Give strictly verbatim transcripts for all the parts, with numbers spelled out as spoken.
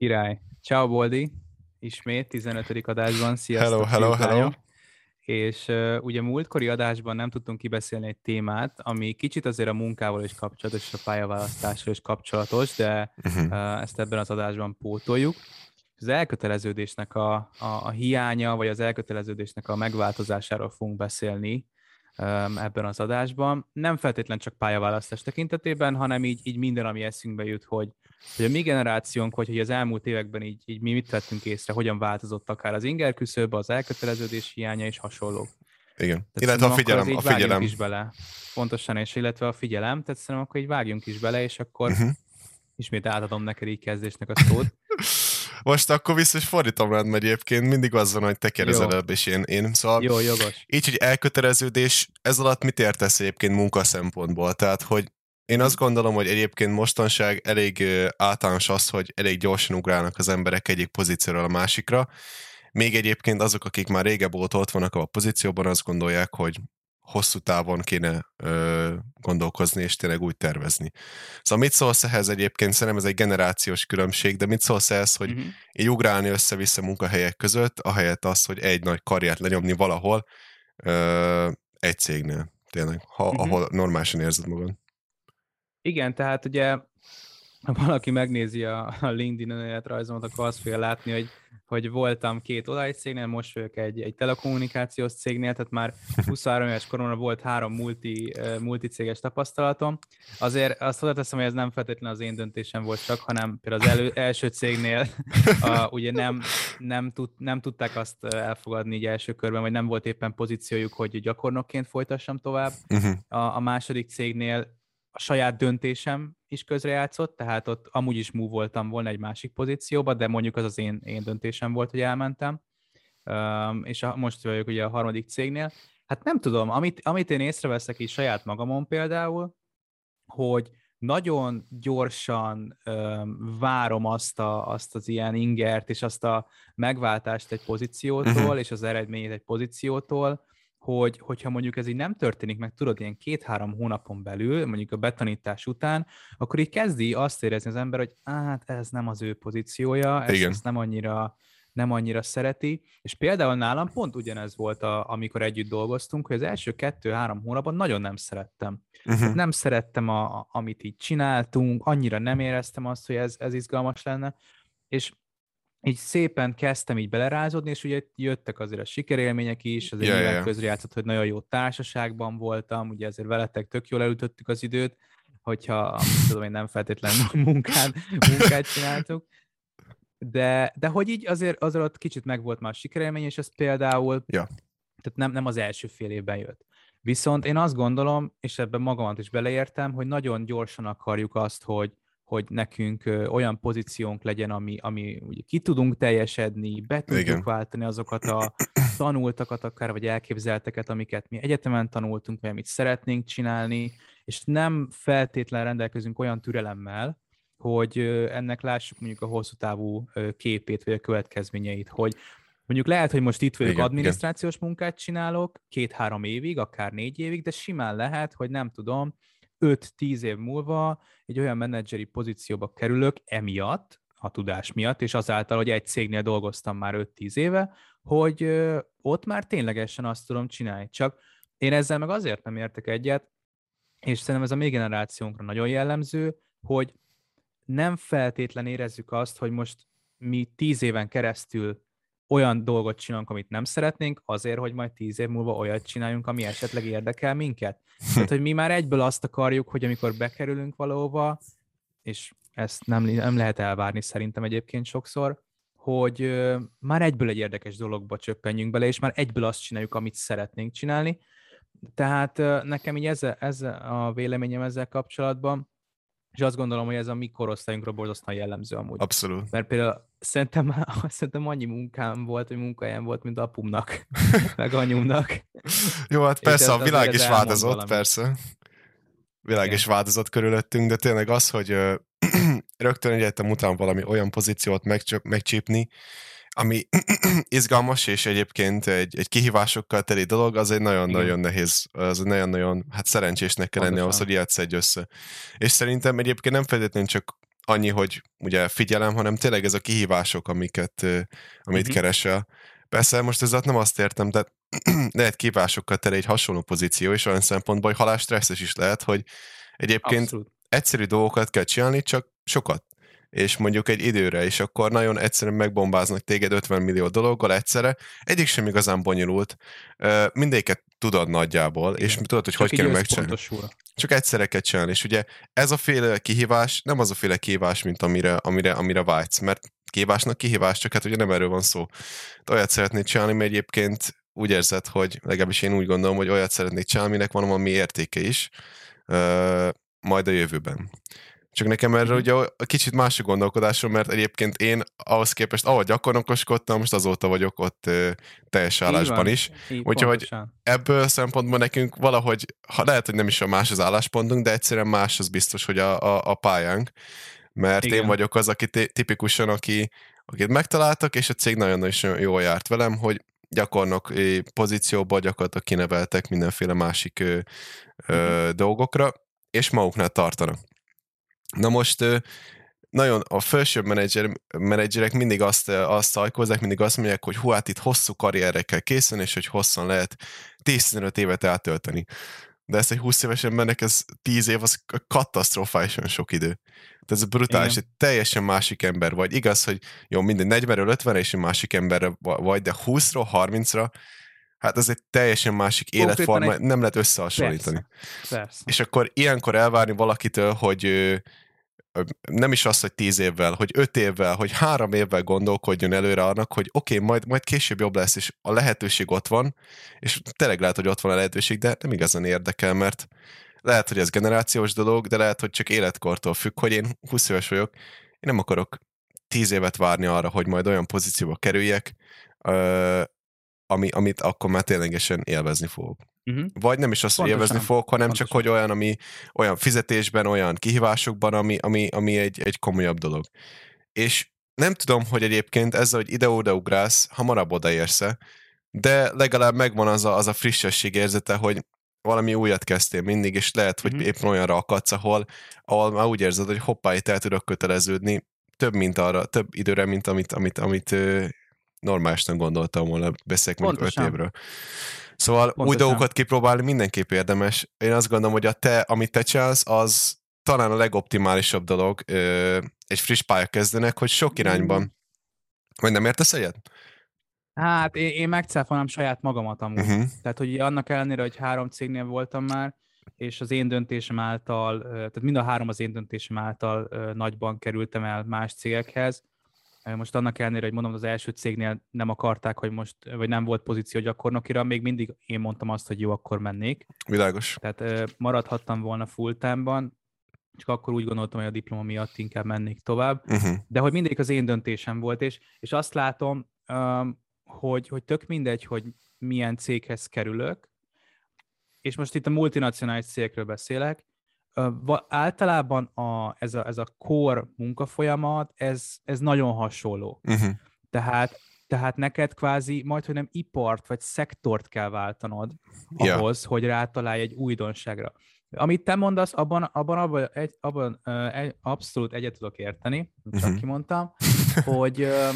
Király. Ciao Boldi, ismét tizenötödik adásban, Hello, sziasztok hello, fiúk, hello. lányok. És uh, ugye múltkori adásban nem tudtunk kibeszélni egy témát, ami kicsit azért a munkával is kapcsolatos, és a pályaválasztással is kapcsolatos, de Uh-huh. uh, ezt ebben az adásban pótoljuk. Az elköteleződésnek a, a, a hiánya, vagy az elköteleződésnek a megváltozásáról fogunk beszélni um, ebben az adásban. Nem feltétlen csak pályaválasztás tekintetében, hanem így, így minden, ami eszünkbe jut, hogy, hogy a mi generációnk, vagy hogy az elmúlt években így, így mi mit vettünk észre, hogyan változott akár az inger küszöb, az elköteleződés hiánya és hasonlók. Igen. Tehát Illetve a szerintem akkor az figyelem, a így vágjunk figyelem. is bele. Pontosan, és illetve a figyelem, tehát szerintem akkor így vágjunk is bele, és akkor Uh-huh. ismét átadom neked így kezdésnek a szót. Most akkor vissza is fordítom rád, mert egyébként mindig az van, hogy te kérdezel Jó. előbb, és én, én. Szóval Jó, jogos. így, hogy elköteleződés, ez alatt mit értesz egyébként munka szempontból? Tehát, hogy én Mhm. azt gondolom, hogy egyébként mostanság elég ö, általános az, hogy elég gyorsan ugrálnak az emberek egyik pozícióról a másikra. Még egyébként azok, akik már régebb óta ott vannak a pozícióban, azt gondolják, hogy hosszú távon kéne ö, gondolkozni, és tényleg úgy tervezni. Szóval mit szólsz ehhez egyébként? Szerintem ez egy generációs különbség, de mit szólsz ehhez, hogy Uh-huh. így ugrálni össze-vissza munkahelyek között, ahelyett az, hogy egy nagy karriert lenyomni valahol, ö, egy cégnél, tényleg, ha, Uh-huh. ahol normálisan érzed magad. Igen, tehát ugye ha valaki megnézi a, a LinkedIn önéletrajzomat, akkor azt fogja látni, hogy, hogy voltam két olajcégnél, most vagyok egy, egy telekommunikációs cégnél, tehát már huszonhárom éves koromra volt három multi, multicéges tapasztalatom. Azért azt hozzáteszem, hogy ez nem feltétlenül az én döntésem volt csak, hanem például az elő, első cégnél a, ugye nem, nem, tud, nem tudták azt elfogadni így első körben, vagy nem volt éppen pozíciójuk, hogy gyakornokként folytassam tovább. Uh-huh. A, a második cégnél a saját döntésem is közrejátszott, tehát ott amúgy is move voltam volna egy másik pozícióba, de mondjuk az az én, én döntésem volt, hogy elmentem. Um, és a, most vagyok ugye a harmadik cégnél. Hát nem tudom, amit, amit én észreveszek is saját magamon például, hogy nagyon gyorsan um, várom azt, a, azt az ilyen ingert, és azt a megváltást egy pozíciótól, uh-huh. és az eredményét egy pozíciótól, hogy, hogyha mondjuk ez így nem történik meg, tudod, ilyen két-három hónapon belül, mondjuk a betanítás után, akkor így kezdi azt érezni az ember, hogy hát ez nem az ő pozíciója, ezt, ezt nem annyira nem annyira szereti, és például nálam pont ugyanez volt, a, amikor együtt dolgoztunk, hogy az első kettő-három hónapban nagyon nem szerettem. Uh-huh. Tehát nem szerettem, a, a, amit így csináltunk, annyira nem éreztem azt, hogy ez, ez izgalmas lenne, és így szépen kezdtem így belerázódni, és ugye jöttek azért a sikerélmények is, azért yeah, nyilván yeah. közrejátszott, hogy nagyon jó társaságban voltam, ugye ezért veletek tök jól elütöttük az időt, hogyha tudom én nem feltétlenül munkát, munkát csináltuk, de, de hogy így azért, azért ott kicsit megvolt már a sikerélmény, és ez például yeah. tehát nem, nem az első fél évben jött. Viszont én azt gondolom, és ebben magamat is beleértem, hogy nagyon gyorsan akarjuk azt, hogy hogy nekünk olyan pozíciónk legyen, ami, ami ugye ki tudunk teljesedni, be tudjuk Igen. váltani azokat a tanultakat akár, vagy elképzelteket, amiket mi egyetemen tanultunk, vagy amit szeretnénk csinálni, és nem feltétlenül rendelkezünk olyan türelemmel, hogy ennek lássuk mondjuk a hosszú távú képét, vagy a következményeit, hogy mondjuk lehet, hogy most itt vagyok, igen, adminisztrációs igen. munkát csinálok, két-három évig, akár négy évig, de simán lehet, hogy nem tudom, öt-tíz év múlva egy olyan menedzseri pozícióba kerülök emiatt, a tudás miatt, és azáltal, hogy egy cégnél dolgoztam már öt-tíz éve, hogy ö, ott már ténylegesen azt tudom csinálni. Csak én ezzel meg azért nem értek egyet, és szerintem ez a mi generációnkra nagyon jellemző, hogy nem feltétlen érezzük azt, hogy most mi tíz éven keresztül olyan dolgot csinálunk, amit nem szeretnénk, azért, hogy majd tíz év múlva olyat csináljunk, ami esetleg érdekel minket. Tehát, hogy mi már egyből azt akarjuk, hogy amikor bekerülünk valahova, és ezt nem, nem lehet elvárni szerintem egyébként sokszor, hogy ö, már egyből egy érdekes dologba csöppenjünk bele, és már egyből azt csináljuk, amit szeretnénk csinálni. Tehát ö, nekem így ez, ez a véleményem ezzel kapcsolatban, és azt gondolom, hogy ez a mi korosztályunkra borzasztóan jellemző amúgy. Abszolút. Mert például szerintem, szerintem annyi munkám volt, hogy munkahelyen volt, mint apumnak, meg anyumnak. Jó, hát persze, a világ is változott, valami. persze. Világ Igen. is változott körülöttünk, de tényleg az, hogy ö, rögtön egyetem után valami olyan pozíciót megcsöp, megcsípni, ami izgalmas, és egyébként egy, egy kihívásokkal teli dolog, az egy nagyon-nagyon Igen. nehéz, az egy nagyon-nagyon, hát szerencsésnek kell lenni ahhoz, hogy ilyet szedj össze. És szerintem egyébként nem feltétlenül csak annyi, hogy ugye figyelem, hanem tényleg ez a kihívások, amiket, amit Uh-huh. keresel. Persze most ez nem azt értem, de lehet kihívásokkal tele egy hasonló pozíció, és olyan szempontból, hogy halálstresszes is lehet, hogy egyébként Abszolút. egyszerű dolgokat kell csinálni, csak sokat. És mondjuk egy időre, és akkor nagyon egyszerűen megbombáznak téged ötven millió dologgal egyszerre. Egyik sem igazán bonyolult. Mindéket tudod nagyjából, igen. És tudod, hogy csak hogy kell megcsinálni. Csak egyszerre kell csinálni. És ugye ez a féle kihívás nem az a féle kihívás, mint amire, amire, amire vágysz, mert kihívásnak kihívás, csak hát ugye nem erről van szó. De olyat szeretnéd csinálni, mert egyébként úgy érzed, hogy legalábbis én úgy gondolom, hogy olyat szeretnék csinálni, aminek van valami értéke is, uh, majd a jövőben. Csak nekem erről ugye a kicsit másik gondolkodásról, mert egyébként én ahhoz képest, ahogy gyakornokoskodtam, most azóta vagyok ott uh, teljes állásban is. Úgyhogy ebből szempontból nekünk valahogy, ha lehet, hogy nem is a más az álláspontunk, de egyszerűen más az biztos, hogy a, a, a pályánk. Mert igen. Én vagyok az, aki t- tipikusan, aki, akit megtaláltak, és a cég nagyon-nagyon jól járt velem, hogy gyakornok pozícióba gyakorlatilag kineveltek mindenféle másik ö, ö, uh-huh. dolgokra, és maguknál tartanak. Na most nagyon a felsőbb menedzser, menedzserek mindig azt, azt szajkozzák, mindig azt mondják, hogy hú, hát itt hosszú karrierre kell készülni, és hogy hosszan lehet tíz-tizenöt évet eltölteni. De ezt egy húsz éves embernek, ez tíz év, az katasztrofálisan sok idő. Tehát ez brutális, egy teljesen másik ember vagy. Igaz, hogy jó, minden negyvenről ötvenre és egy másik emberre vagy, de húszról harmincra, hát ez egy teljesen másik életforma, egy... nem lehet összehasonlítani. Persze. Persze. És akkor ilyenkor elvárni valakitől, hogy nem is az, hogy tíz évvel, hogy öt évvel, hogy három évvel gondolkodjon előre annak, hogy oké, okay, majd, majd később jobb lesz, és a lehetőség ott van, és tényleg lehet, hogy ott van a lehetőség, de nem igazán érdekel, mert lehet, hogy ez generációs dolog, de lehet, hogy csak életkortól függ, hogy én húsz éves vagyok, én nem akarok tíz évet várni arra, hogy majd olyan pozícióba kerüljek, ami, amit akkor már ténylegesen élvezni fogok. Uh-huh. Vagy nem is azt, hogy élvezni fogok, hanem pontosan. Csak hogy olyan, ami olyan fizetésben, olyan kihívásokban, ami, ami, ami egy, egy komolyabb dolog. És nem tudom, hogy egyébként ezzel, hogy ide-oda ugrálsz, hamarabb odaérsz-e, de legalább megvan az a, az a frissesség érzete, hogy valami újat kezdtél mindig, és lehet, hogy uh-huh. éppen olyanra akadsz, ahol, ahol már úgy érzed, hogy hoppá, itt el tudok köteleződni több, mint arra, több időre, mint amit, amit, amit normálisan gondoltam volna, beszélek mondjuk öt évről. Szóval pontosan. Új dolgokat kipróbálni mindenképp érdemes. Én azt gondolom, hogy a te, amit te csinálsz, az talán a legoptimálisabb dolog ö, egy friss pályakezdőnek, hogy sok irányban. Mm. Vagy nem értesz egyet? Hát én, én megcáfolnám saját magamat amúgy. Uh-huh. Tehát, hogy annak ellenére, hogy három cégnél voltam már, és az én döntésem által, tehát mind a három az én döntésem által nagyban kerültem el más cégekhez. Most annak ellenére, hogy mondom, az első cégnél nem akarták, hogy most, vagy nem volt pozíció gyakornokira, még mindig én mondtam azt, hogy jó, akkor mennék. Világos. Tehát maradhattam volna full-time-ban, csak akkor úgy gondoltam, hogy a diploma miatt inkább mennék tovább. Uh-huh. De hogy mindig az én döntésem volt, és, és azt látom, hogy, hogy tök mindegy, hogy milyen céghez kerülök, és most itt a multinacionális cégekről beszélek, Uh, általában a, ez, a, ez a core munkafolyamat, ez, ez nagyon hasonló. Uh-huh. Tehát, tehát neked kvázi majd, hogy nem ipart vagy szektort kell váltanod ahhoz, yeah. hogy rátalálj egy újdonságra. Amit te mondasz, abban, abban, abban, egy, abban uh, egy, abszolút egyet tudok érteni, csak uh-huh. kimondtam, hogy, uh,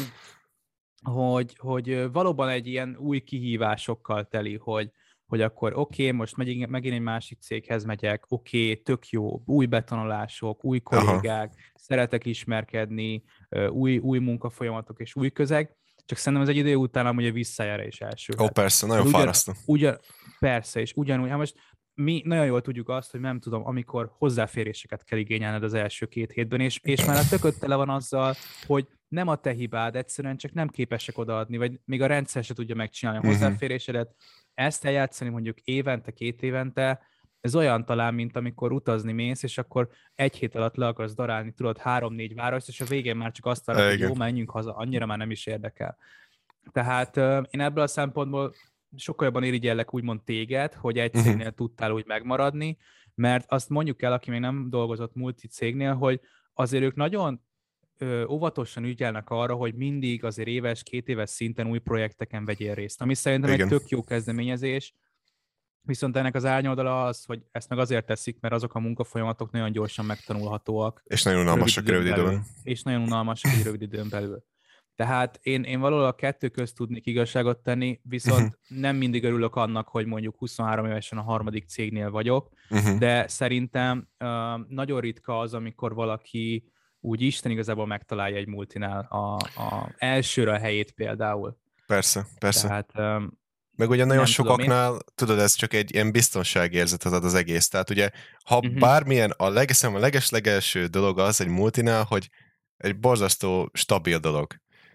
hogy, hogy valóban egy ilyen új kihívásokkal teli, hogy hogy akkor oké, okay, most megint, megint egy másik céghez megyek, oké, okay, tök jó, új betanulások, új kollégák, aha. szeretek ismerkedni, új, új munkafolyamatok és új közeg, csak szerintem ez egy idő után amúgy visszajára is elsülhet. Ó, persze, nagyon ugyan, fárasztó. Ugyan, persze, és ugyanúgy, hát most mi nagyon jól tudjuk azt, hogy nem tudom, amikor hozzáféréseket kell igényelned az első két hétben, és, és már a tököd tele van azzal, hogy nem a te hibád, egyszerűen csak nem képesek odaadni, vagy még a rendszer se tudja megcsinálni a hozzáférésedet. Ezt eljátszani mondjuk évente, két évente, ez olyan talán, mint amikor utazni mész, és akkor egy hét alatt le akarsz darálni, tudod, három-négy várost, és a végén már csak azt várod, hogy jó, menjünk haza, annyira már nem is érdekel. Tehát uh, én ebből a szempontból sokkal jobban irigyellek úgymond téged, hogy egy cégnél uh-huh. tudtál úgy megmaradni, mert azt mondjuk el, aki még nem dolgozott multi cégnél, hogy azért ők nagyon ö, óvatosan ügyelnek arra, hogy mindig azért éves, két éves szinten új projekteken vegyél részt, ami szerintem igen. egy tök jó kezdeményezés, Viszont ennek az árnyoldala az, hogy ezt meg azért teszik, mert azok a munkafolyamatok nagyon gyorsan megtanulhatóak. És nagyon Rövid unalmasak időn rövid belül. időben. És nagyon unalmasak egy rövid időn belül. Tehát én, én valahol a kettő közt tudnék igazságot tenni, viszont uh-huh. nem mindig örülök annak, hogy mondjuk huszonhárom évesen a harmadik cégnél vagyok, uh-huh. de szerintem uh, nagyon ritka az, amikor valaki úgy Isten igazából megtalálja egy multinál a, a elsőre a helyét például. Persze, persze. Tehát, um, meg ugye nagyon sokaknál, tudom, tudod, ez csak egy ilyen biztonságérzetet ad az egész. Tehát ugye, ha uh-huh. bármilyen, a, legeszem, a leges-legelső dolog az egy multinál, hogy egy borzasztó stabil dolog.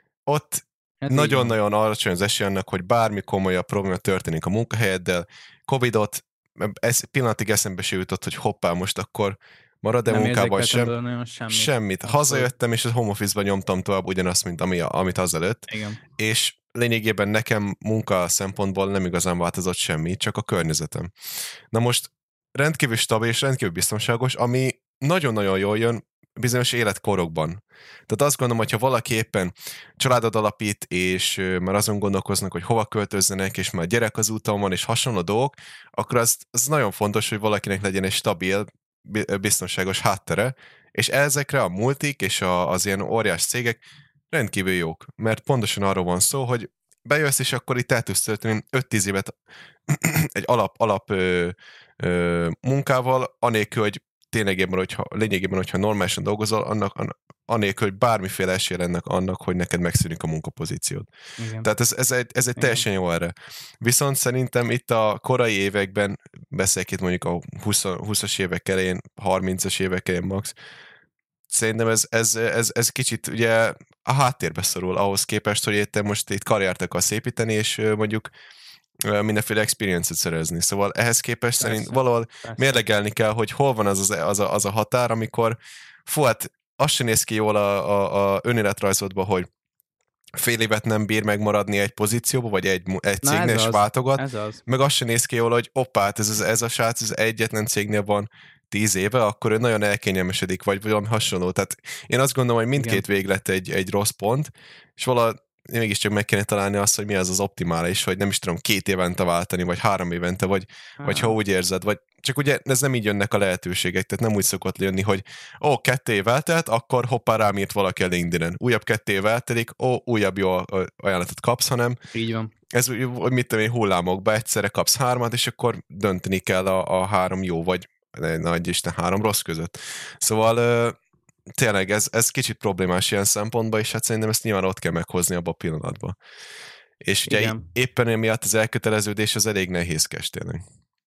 Ott ez nagyon-nagyon alacsony az esély annak, hogy bármi komolyabb probléma történik a munkahelyeddel. Covidot, ez pillanatig eszembe se jutott, hogy hoppá, most akkor marad-e munkában, sem, semmit. semmit. Hazajöttem, és a home office-ban nyomtam tovább ugyanazt, mint ami, amit azelőtt. Igen. És lényegében nekem munka szempontból nem igazán változott semmi, csak a környezetem. Na most rendkívül stabil és rendkívül biztonságos, ami nagyon-nagyon jól jön bizonyos életkorokban. Tehát azt gondolom, hogy ha valaki éppen családot alapít, és már azon gondolkoznak, hogy hova költözzenek, és már gyerek az úton van, és hasonló dolgok, akkor az, az nagyon fontos, hogy valakinek legyen egy stabil, biztonságos háttere, és ezekre a multik és a, az ilyen óriás cégek rendkívül jók, mert pontosan arról van szó, hogy bejössz, és akkor itt el tudsz tölteni öt-tíz évet egy alap, alap ö, ö, munkával, anélkül, hogy ténylegében, hogyha, lényegében, hogyha normálisan dolgozol, annak, anélkül, hogy bármiféle esély ennek annak, hogy neked megszűnik a munkapozíciód. Igen. Tehát ez, ez egy, ez egy teljesen jó erre. Viszont szerintem itt a korai években, beszélek itt mondjuk a húszas évek elején, harmincas évek elején max, szerintem ez, ez, ez, ez kicsit ugye a háttérbe szorul ahhoz képest, hogy te most itt karriert akarsz építeni, és mondjuk mindenféle experience-et szerezni. Szóval ehhez képest persze, szerint valahol persze. mérlegelni kell, hogy hol van az, az, az, a, az a határ, amikor fú, hát azt sem néz ki jól a, a, a önéletrajzodban, hogy fél évet nem bír megmaradni egy pozícióba, vagy egy, egy cégnél, és váltogat, ez az. Meg azt sem néz ki jól, hogy oppát, ez, ez, ez a srác, ez egyetlen cégnél van tíz éve, akkor ő nagyon elkényelmesedik, vagy valami hasonló. Tehát én azt gondolom, hogy mindkét Igen. véglet egy, egy rossz pont, és valahogy mégiscsak meg kéne találni azt, hogy mi az az optimális, hogy nem is tudom, két évente váltani, vagy három évente, vagy, vagy ha úgy érzed, vagy csak ugye ez nem így jönnek a lehetőségek, tehát nem úgy szokott jönni, hogy ó, kettő év eltelt, akkor hoppá rám írt valaki a LinkedIn-en. Újabb kettő év eltelik, ó, újabb jó ajánlatot kapsz, hanem így van. Ez, hogy mit tudom én, hullámokba egyszerre kapsz hármat, és akkor dönteni kell a, a három jó, vagy nagy Isten, három rossz között. Szóval tényleg ez, ez kicsit problémás ilyen szempontból, és hát szerintem ezt nyilván ott kell meghozni abban a pillanatban. És ugye Igen. éppen emiatt az elköteleződés az elég nehézkes tényleg.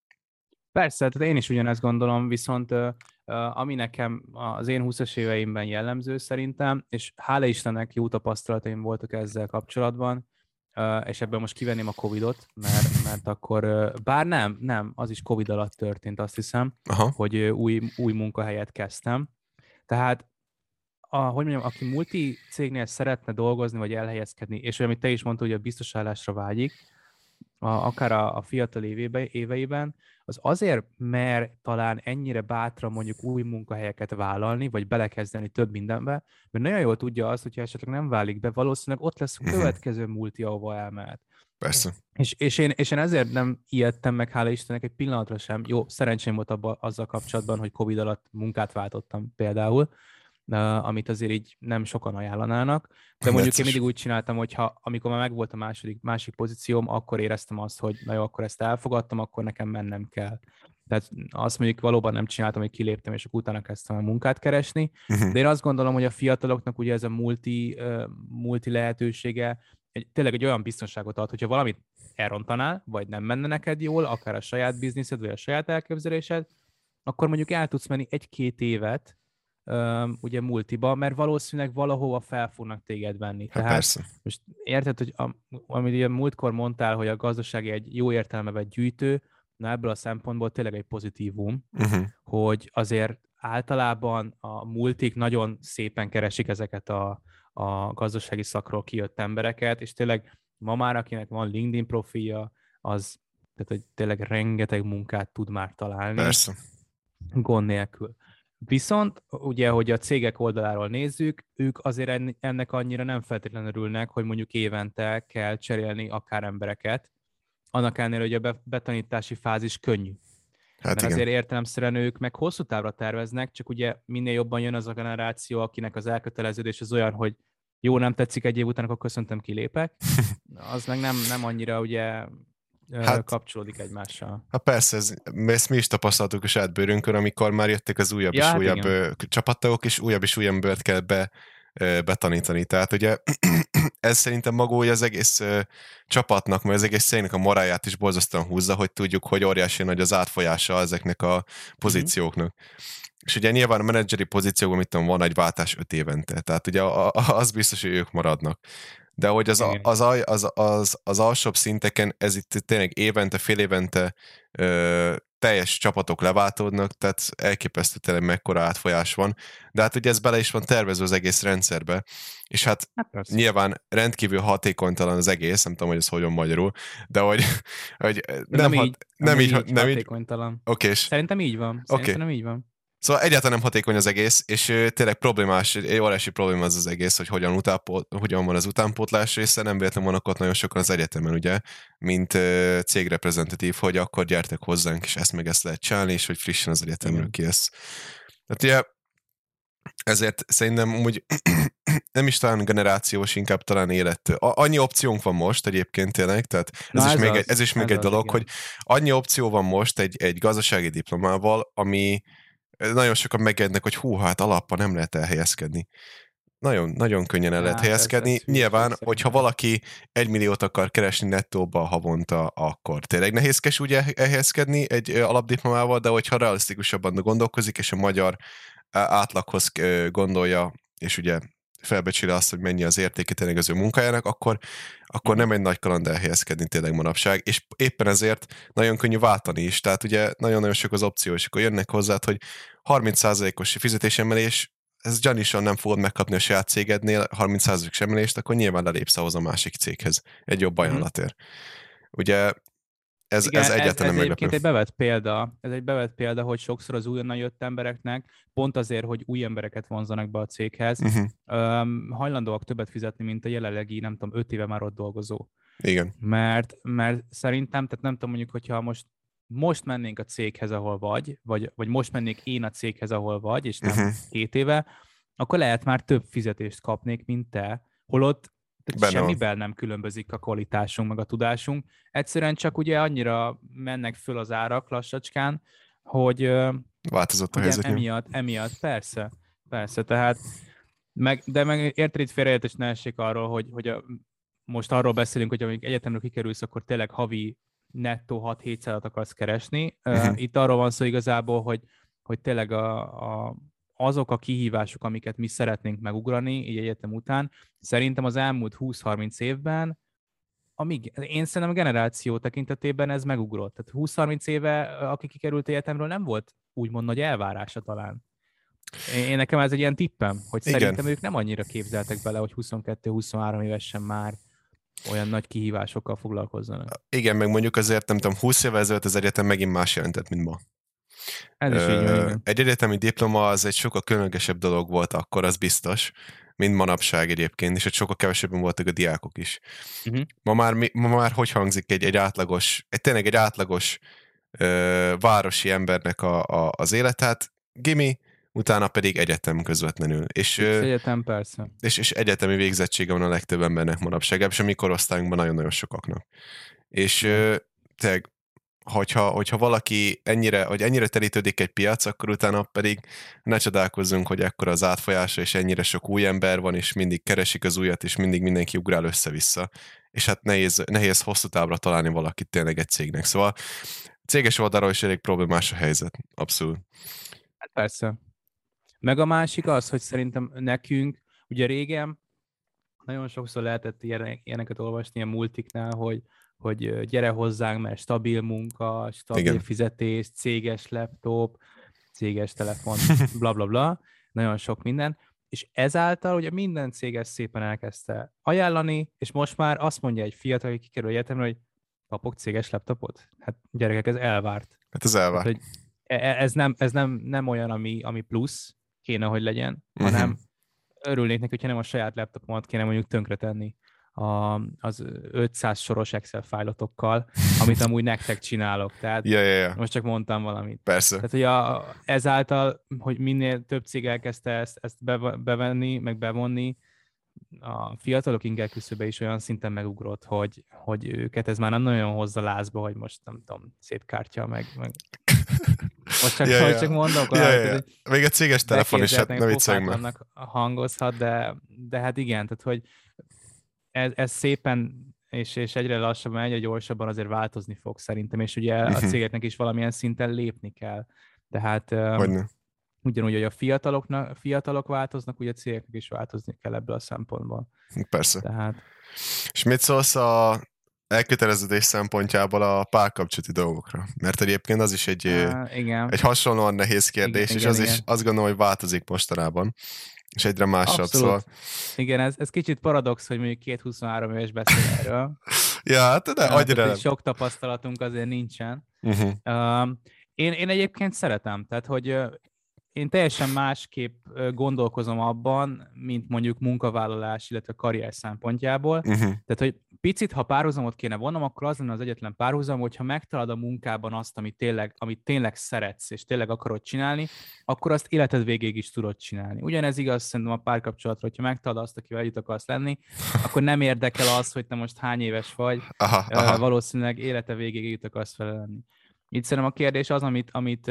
Persze, tehát én is ugyanezt gondolom, viszont uh, uh, ami nekem az én húszas éveimben jellemző szerintem, és hála Istennek jó tapasztalataim voltak ezzel kapcsolatban, uh, és ebben most kivenném a Covidot, mert, mert akkor, uh, bár nem, nem, az is Covid alatt történt, azt hiszem, Aha. hogy uh, új, új munkahelyet kezdtem. Tehát, a, hogy mondjam, aki multi cégnél szeretne dolgozni, vagy elhelyezkedni, és amit te is mondtad, hogy a biztos állásra vágyik, a, akár a, a fiatal évébe, éveiben, az azért mer talán ennyire bátran mondjuk új munkahelyeket vállalni, vagy belekezdeni több mindenbe, mert nagyon jól tudja azt, hogyha esetleg nem válik be, valószínűleg ott lesz a következő multi, ahova elmehet. Persze. És, és, én, és én ezért nem ijedtem meg, hála Istennek, egy pillanatra sem. Jó, szerencsém volt abba, azzal kapcsolatban, hogy Covid alatt munkát váltottam például, Uh, amit azért így nem sokan ajánlanának, de mondjuk Necces. Én mindig úgy csináltam, hogy ha, amikor már megvolt a második, másik pozícióm, akkor éreztem azt, hogy na jó, akkor ezt elfogadtam, akkor nekem mennem kell. Tehát azt mondjuk valóban nem csináltam, hogy kiléptem, és akkor utána kezdtem a munkát keresni, uh-huh. de én azt gondolom, hogy a fiataloknak ugye ez a multi, uh, multi lehetősége egy, tényleg egy olyan biztonságot ad, hogyha valamit elrontanál, vagy nem menne neked jól, akár a saját bizniszed, vagy a saját elképzelésed, akkor mondjuk el tudsz menni egy-két évet, Um, ugye multiba, mert valószínűleg valahova fel fognak téged venni. Hát Tehát persze. Most érted, hogy a, amit ugye múltkor mondtál, hogy a gazdasági egy jó értelemben gyűjtő, na ebből a szempontból tényleg egy pozitívum, uh-huh. hogy azért általában a multik nagyon szépen keresik ezeket a, a gazdasági szakról kijött embereket, és tényleg ma már, akinek van LinkedIn profilja, az tehát, hogy tényleg rengeteg munkát tud már találni. Persze. Gond nélkül. Viszont, ugye, hogy a cégek oldaláról nézzük, ők azért ennek annyira nem feltétlenül örülnek, hogy mondjuk évente kell cserélni akár embereket, annak ellenére, hogy a be, betanítási fázis könnyű. Hát Mert igen. azért értelemszerűen ők meg hosszú távra terveznek, csak ugye minél jobban jön az a generáció, akinek az elköteleződés az olyan, hogy jó, nem tetszik egy év után, akkor köszöntöm, kilépek. Az meg nem, nem annyira ugye Hát, kapcsolódik egymással. hát persze, ez, ezt mi is tapasztaltuk a saját bőrünkön, amikor már jöttek az újabb Ja, és hát újabb ö, igen. csapattagok, és újabb és újabb embert kell be, ö, betanítani. Tehát ugye ez szerintem maga úgy az egész ö, csapatnak, vagy az egész cégnek a moráját is borzasztóan húzza, hogy tudjuk, hogy óriási nagy az átfolyása ezeknek a pozícióknak. Uh-huh. És ugye nyilván a menedzseri pozícióban, mit tudom, van egy váltás öt évente, tehát ugye az biztos, hogy ők maradnak. De hogy az, az, az, az, az, az alsóbb szinteken, ez itt tényleg évente, fél évente ö, teljes csapatok leváltódnak, tehát elképesztő tényleg mekkora átfolyás van. De hát ugye ez bele is van tervező az egész rendszerbe, és hát, hát nyilván rendkívül hatékonytalan az egész, nem tudom, hogy ez hogyan magyarul, de hogy, hogy nem, nem, hat, így, nem, így, így nem hatékonytalan. Így, okay, Szerintem így van. Szerintem okay. így van. Szóval egyáltalán nem hatékony az egész, és uh, tényleg problémás, egy óriási probléma az az egész, hogy hogyan, utánpót, hogyan van az utánpótlás része, nem véletlenül vannak ott nagyon sokan az egyetemen, ugye, mint uh, cégreprezentatív, hogy akkor gyertek hozzánk, és ezt meg ezt lehet csinálni, és hogy frissen az egyetemről kész. Tehát ugye ezért szerintem úgy nem is talán generációs, inkább talán élet. Annyi opciónk van most egyébként tényleg, tehát ez, is, ez, még az, egy, ez is még ez egy az, dolog, igen. hogy annyi opció van most egy, egy gazdasági diplomával, ami nagyon sokan megjegynek, hogy hú, hát alapban nem lehet elhelyezkedni. Nagyon, nagyon könnyen el lehet hát helyezkedni. Ez, ez Nyilván, hűség, hogyha valaki egy milliót akar keresni nettóba havonta, akkor tényleg nehézkes úgy elhelyezkedni egy alapdiplomával, de hogyha realisztikusabban gondolkozik, és a magyar átlaghoz gondolja, és ugye felbecsüli azt, hogy mennyi az értéke tényleg az ő munkájának, akkor, akkor nem egy nagy kaland elhelyezkedni tényleg manapság, és éppen ezért nagyon könnyű váltani is, tehát ugye nagyon-nagyon sok az opció, és akkor jönnek hozzá, hogy harminc százalékos fizetésemelés, ez gyanúsan nem fogod megkapni a saját cégednél harminc százalékos emelést, akkor nyilván lelépsz ahhoz a másik céghez egy jobb ajánlatért. Ugye Ez, Igen, ez egyáltalán ez, ez meglepő. egyébként egy bevett példa, ez egy bevett példa, hogy sokszor az újonnan jött embereknek, pont azért, hogy új embereket vonzanak be a céghez, uh-huh. um, hajlandóak többet fizetni, mint a jelenlegi, nem tudom, öt éve már ott dolgozó. Igen. Mert, mert szerintem, tehát nem tudom, mondjuk, hogyha most most mennénk a céghez, ahol vagy, vagy, vagy most mennék én a céghez, ahol vagy, és nem uh-huh. két éve, akkor lehet már több fizetést kapnék, mint te, holott tehát semmiben nem különbözik a kvalitásunk, meg a tudásunk. Egyszerűen csak ugye annyira mennek föl az árak lassacskán, hogy változott a helyzet. Emiatt, emiatt, persze, persze, tehát meg, de meg érted, itt félreértés ne essék arról, hogy, hogy a, most arról beszélünk, hogy amíg egyetemről kikerülsz, akkor tényleg havi nettó hat-hétszázat akarsz keresni. Uh-huh. Itt arról van szó igazából, hogy, hogy tényleg a, a azok a kihívások, amiket mi szeretnénk megugrani így egyetem után, szerintem az elmúlt húsz-harminc évben, amíg, én szerintem a generáció tekintetében ez megugrott. Tehát húsz-harminc éve, aki kikerült egyetemről, nem volt úgymond nagy elvárása talán. Én nekem ez egy ilyen tippem, hogy Igen. szerintem ők nem annyira képzeltek bele, hogy huszonkettő-huszonhárom évesen már olyan nagy kihívásokkal foglalkozzanak. Igen, meg mondjuk azért, nem tudom, húsz évvel ezelőtt az egyetem megint más jelentett, mint ma. Ez is így van, igen. Egy egyetemi diploma az egy sokkal különlegesebb dolog volt akkor, az biztos, mint manapság egyébként, és hogy sokkal kevesebben voltak a diákok is. Uh-huh. Ma, már, ma már hogy hangzik egy, egy átlagos, egy, tényleg egy átlagos ö, városi embernek a, a, az életet, gimi, utána pedig egyetem közvetlenül. És, és egyetem, persze. És, és egyetemi végzettsége van a legtöbb embernek manapság, és a mi korosztályunkban nagyon-nagyon sokaknak. És uh-huh. tényleg Hogyha, hogyha valaki ennyire, hogy ennyire telítődik egy piac, akkor utána pedig ne csodálkozzunk, hogy ekkora az átfolyása, és ennyire sok új ember van, és mindig keresik az újat, és mindig mindenki ugrál össze-vissza. És hát nehéz, nehéz hosszú távra találni valakit tényleg egy cégnek. Szóval céges oldalról is elég problémás a helyzet. Abszolút. Hát persze. Meg a másik az, hogy szerintem nekünk, ugye régen nagyon sokszor lehetett ilyeneket olvasni a multiknál, hogy hogy gyere hozzánk, mert stabil munka, stabil Igen. fizetés, céges laptop, céges telefon, bla bla bla, nagyon sok minden, és ezáltal ugye minden céges szépen elkezdte ajánlani, és most már azt mondja egy fiatal, aki kikerül egyetemre, hogy kapok céges laptopot? Hát gyerekek, ez elvárt. Hát ez elvárt. Hát, hogy ez nem, ez nem, nem olyan, ami, ami plusz kéne, hogy legyen, uh-huh. hanem örülnék neki, hogyha nem a saját laptopomat kéne mondjuk tönkretenni a, az ötszáz soros Excel fájlotokkal, amit amúgy nektek csinálok. Tehát ja, ja, ja. most csak mondtam valamit. Persze. Tehát, hogy a, ezáltal, hogy minél több cég elkezdte ezt, ezt bevenni, meg bevonni, a fiatalok inger küszöbe is olyan szinten megugrott, hogy, hogy őket ez már nem nagyon hozza lázba, hogy most nem tudom, szép kártya, meg, meg... most csak, ja, ja. csak mondok ja, valamit, ja. hogy még a céges telefon is, hát ne vicceljünk meg. Hangozhat, de, de hát igen, tehát hogy ez, ez szépen és, és egyre lassabban, egyre gyorsabban azért változni fog szerintem, és ugye a cégeknek is valamilyen szinten lépni kell. Tehát Hogyne. ugyanúgy, hogy a fiataloknak, fiatalok változnak, ugye a cégeknek is változni kell ebből a szempontból. Persze. Tehát... És mit szólsz a elköteleződés szempontjából a párkapcsolati dolgokra? Mert egyébként az is egy, uh, igen. egy hasonlóan nehéz kérdés, igen, és igen, az igen. is azt gondolom, hogy változik mostanában, és egyre másabb. Abszolút. Szóval... Igen, ez, ez kicsit paradox, hogy mondjuk két huszonhárom éves beszél erről. ja, hát de annyira nem. Sok tapasztalatunk azért nincsen. Uh-huh. Uh, én, én egyébként szeretem, tehát hogy uh, én teljesen másképp gondolkozom abban, mint mondjuk munkavállalás, illetve karrier szempontjából. Uh-huh. Tehát, hogy picit, ha párhuzamot kéne vonnom, akkor az lenne az egyetlen párhuzam, hogyha megtalálod a munkában azt, amit tényleg, amit tényleg szeretsz, és tényleg akarod csinálni, akkor azt életed végéig is tudod csinálni. Ugyanez igaz szerintem a párkapcsolatra, hogyha megtalálod azt, akivel együtt akarsz lenni, akkor nem érdekel az, hogy te most hány éves vagy, aha, aha. valószínűleg élete végéig együtt akarsz vele lenni. Itt szerintem a kérdés az, amit, amit